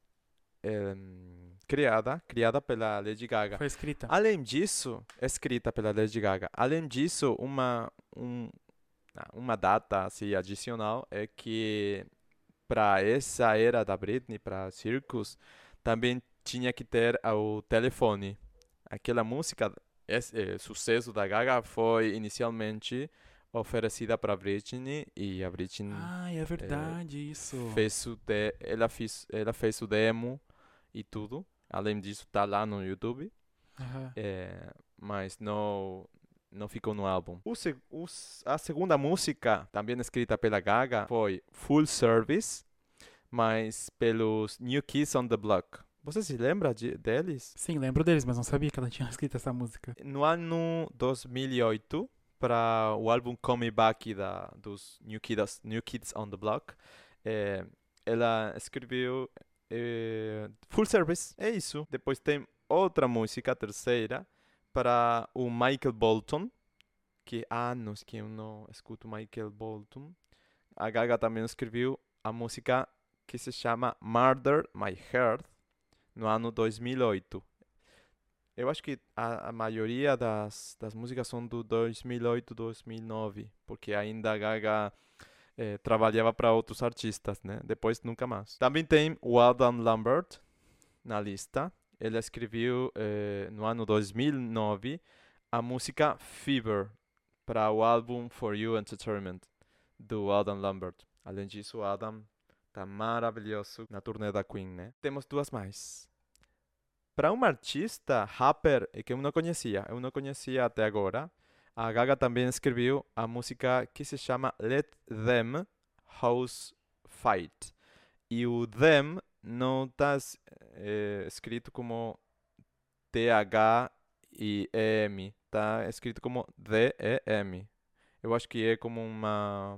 em, criada, criada pela Lady Gaga. Foi escrita. Além disso, escrita pela Lady Gaga. Além disso, uma, um, ah, uma data assim, adicional é que para essa era da Britney, para Circus, também tinha que ter ah, o telefone. Aquela música, esse, eh, sucesso da Gaga, foi inicialmente oferecida para Britney e a Britney Ai, é verdade isso. fez o de, ela fez, ela fez o demo e tudo. Além disso, tá lá no YouTube. Aham. É, mas não, não ficou no álbum. O, seg- o s- a segunda música, também escrita pela Gaga, foi Full Service, mas pelos New Kids on the Block. Você se lembra de, deles? Sim, lembro deles, mas não sabia que ela tinha escrito essa música. No ano dois mil e oito, para o álbum Come Me Back da, dos New Kids, New Kids on the Block, eh, ela escreveu eh, Full Service, é isso. Depois tem outra música, a terceira, para o Michael Bolton, que há anos que eu não escuto Michael Bolton. A Gaga também escreveu a música que se chama Murder My Heart, no ano dois mil e oito. Eu acho que a, a maioria das, das músicas são do dois mil e oito, dois mil e nove, porque ainda a Gaga eh, trabalhava para outros artistas, né? Depois nunca mais. Também tem o Adam Lambert na lista. Ele escreveu eh, no ano dois mil e nove a música Fever para o álbum For You Entertainment do Adam Lambert. Além disso, o Adam tá maravilhoso na turnê da Queen, né? Temos duas mais. Para uma artista rapper eh, que eu não conhecia, eu não conhecia até agora, a Gaga também escreveu a música que se chama Let Them House Fight. E o Them não está escrito como T H I E M, está escrito como D E M. Eu acho que é como uma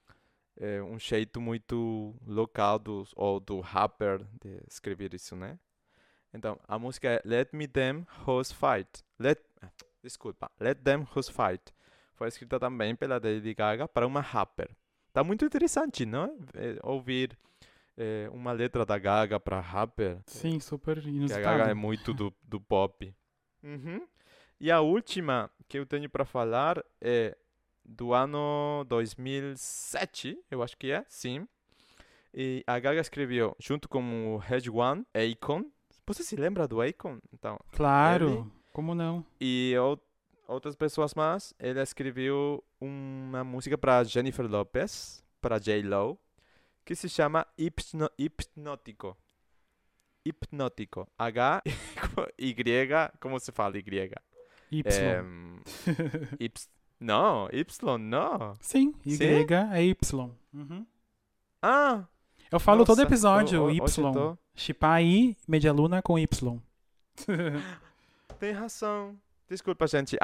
é, um jeito muito local do, ou do rapper de escrever isso, né? Então, a música é Let Me Them House Fight. Let, desculpa, Let Them House Fight. Foi escrita também pela Lady Gaga para uma rapper. Tá muito interessante, não é? É, ouvir é, uma letra da Gaga pra rapper. Sim, super Que a inusitado. Gaga é muito do, do pop. Uhum. E a última que eu tenho pra falar é do ano dois mil e sete, eu acho que é, sim. E a Gaga escreveu, junto com o Red One, Akon. Você se lembra do Akon? Então, Claro, ele como não? e ou- outras pessoas mais, ele escreveu uma música para Jennifer Lopez, para J-Lo, que se chama Hipno- Hipnótico. Hipnótico. H-Y, como se fala Y? Y. É, Ips- não, Y, não. Sim, Y Sim? é Y. Uhum. Ah, Eu falo todo nossa, episódio, ho- ho- Y. hoje eu tô... Shippar I, Medialuna com Y. Tem razão. Desculpa, gente.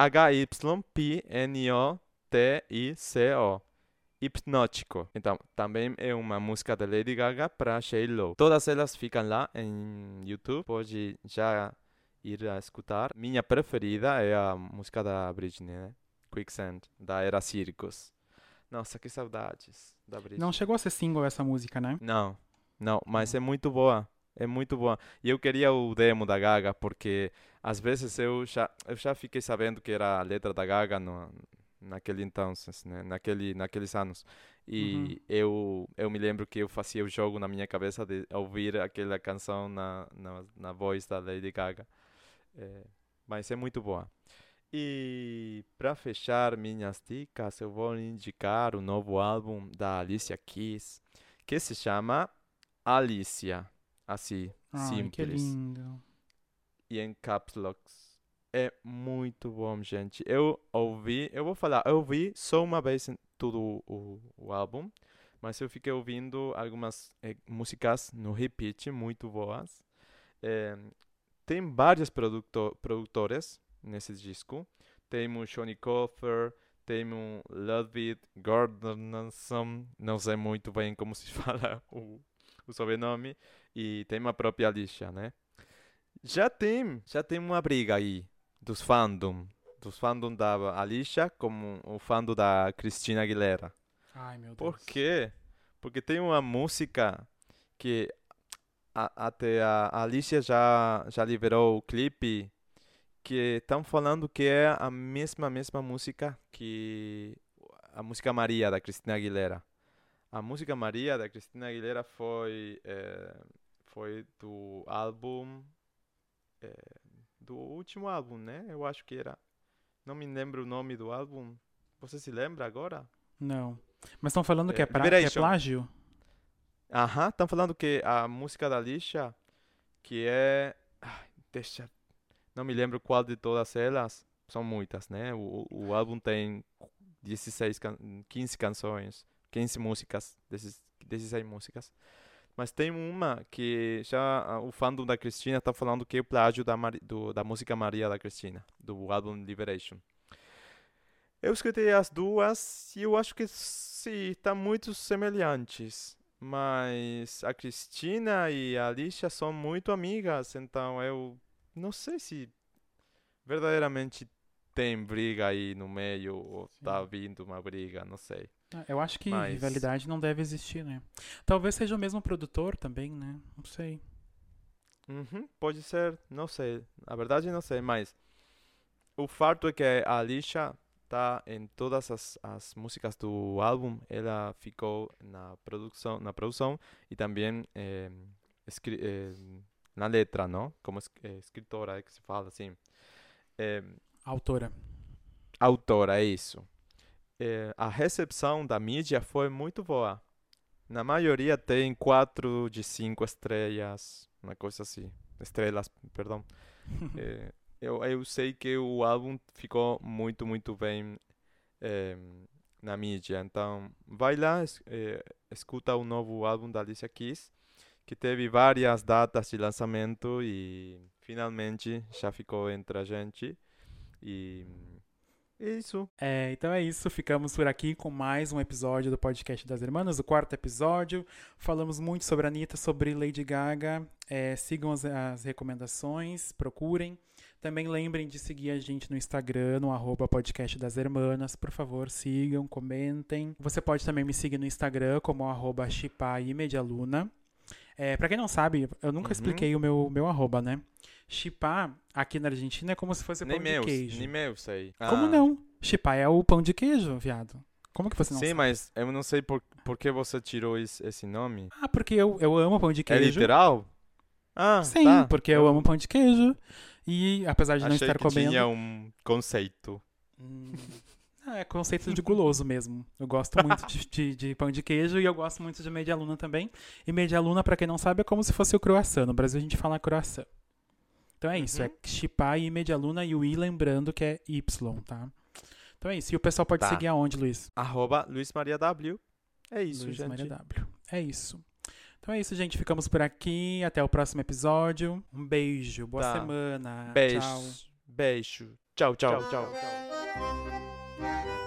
H-Y-P-N-O-T-I-C-O. Hipnótico. Então, também é uma música da Lady Gaga para J-Lo. Todas elas ficam lá em YouTube. Pode já ir a escutar. Minha preferida é a música da Britney, né? Quicksand, da Era Circus. Nossa, que saudades da Britney. Não chegou a ser single essa música, né? Não, não, mas é muito boa. É muito boa. E eu queria o demo da Gaga, porque às vezes eu já, eu já fiquei sabendo que era a letra da Gaga no, naquele então, né? Naquele, naqueles anos. E eu, eu me lembro que eu fazia o jogo na minha cabeça de ouvir aquela canção na, na, na voz da Lady Gaga. É, mas é muito boa. E para fechar minhas dicas, eu vou indicar o novo álbum da Alicia Keys, que se chama Alicia, assim, Ai, que simples, lindo. e em caps locks. É muito bom, gente. Eu ouvi, eu vou falar, eu ouvi só uma vez em todo o, o álbum, mas eu fiquei ouvindo algumas eh, músicas no repeat muito boas. Eh, tem vários produto- produtores nesse disco. Temos Johnny Cofer, temos Ludwig Göransson, não sei muito bem como se fala o, o sobrenome, e tem a própria Alicia, né? Já tem, já tem uma briga aí dos fandom, dos fandom da Alicia com o fandom da Christina Aguilera. Ai, meu Deus. Por quê? Porque tem uma música que a- até a Alicia já, já liberou o clipe que estão falando que é a mesma, mesma música que a música Maria da Christina Aguilera. A música Maria da Christina Aguilera foi, eh, foi do álbum, eh, do último álbum, né? Eu acho que era. Não me lembro o nome do álbum. Você se lembra agora? Não. Mas estão falando que é, É, pra, que é Liberation. plágio? Aham, estão falando que a música da Alicia, que é. Ai, deixa. Não me lembro qual de todas elas. São muitas, né? O, o o álbum tem dezesseis, can- quinze canções, quinze músicas, dezesseis dezesseis músicas. Mas tem uma que já ah, o fandom da Cristina está falando que é o plágio da, Mari- do- da música Maria da Cristina, do álbum Liberation. Eu escutei as duas e eu acho que sim, estão muito semelhantes. Mas a Cristina e a Alicia são muito amigas, então eu não sei se verdadeiramente tem briga aí no meio ou tá Sim. vindo uma briga, não sei. Ah, eu acho que Mas- rivalidade não deve existir, né? Talvez seja o mesmo produtor também, né? Não sei. Uhum, pode ser, não sei. Na verdade, não sei, mas o fato é que a Alicia tá em todas as, as músicas do álbum. Ela ficou na produção, na produção e também eh, escri- eh, na letra, não? Como es- eh, escritora, é que se fala assim. Eh, Autora. autora, é isso. Eh, a recepção da mídia foi muito boa. Na maioria tem quatro de cinco estrelas, uma coisa assim. Estrelas, perdão. Eh, eu, eu sei que o álbum ficou muito, muito bem eh, na mídia. Então, vai lá, es- eh, escuta o novo álbum da Alicia Keys, que teve várias datas de lançamento e finalmente já ficou entre a gente. E é isso. É, então é isso, ficamos por aqui com mais um episódio do podcast das Irmãs, o quarto episódio. Falamos muito sobre a Anitta, sobre Lady Gaga. É, sigam as, as recomendações, procurem. Também lembrem de seguir a gente no Instagram, no arroba podcast das Hermanas. Por favor, sigam, comentem. Você pode também me seguir no Instagram como arroba shipaimedialuna. É, pra quem não sabe, eu nunca Uhum. expliquei o meu, meu arroba, né? Chipá, aqui na Argentina, é como se fosse Nem pão de meu, queijo. nem meu sei. Como Ah, não? Chipá é o pão de queijo, viado. Como que você não Sim, sabe? mas eu não sei por, por que você tirou esse, esse nome. Ah, porque eu, eu amo pão de É queijo. literal? Ah, Sim, tá. porque eu amo pão de queijo. E apesar de não achei estar que comendo. tinha um conceito. Hum, é conceito de guloso mesmo. Eu gosto muito de, de, de pão de queijo e eu gosto muito de media luna também. E media luna, pra quem não sabe, é como se fosse o croissant. No Brasil a gente fala croissant. Então é isso, Uhum. é chipá e media luna e o i lembrando que é Y, tá? Então é isso. E o pessoal pode Tá. seguir aonde, Luiz? Arroba Luiz Maria W. É isso, Luiz gente. Maria W. É isso. Então é isso, gente. Ficamos por aqui. Até o próximo episódio. Um beijo. Boa Tá. semana. Beijo. Tchau. Beijo. Tchau, tchau, tchau. tchau.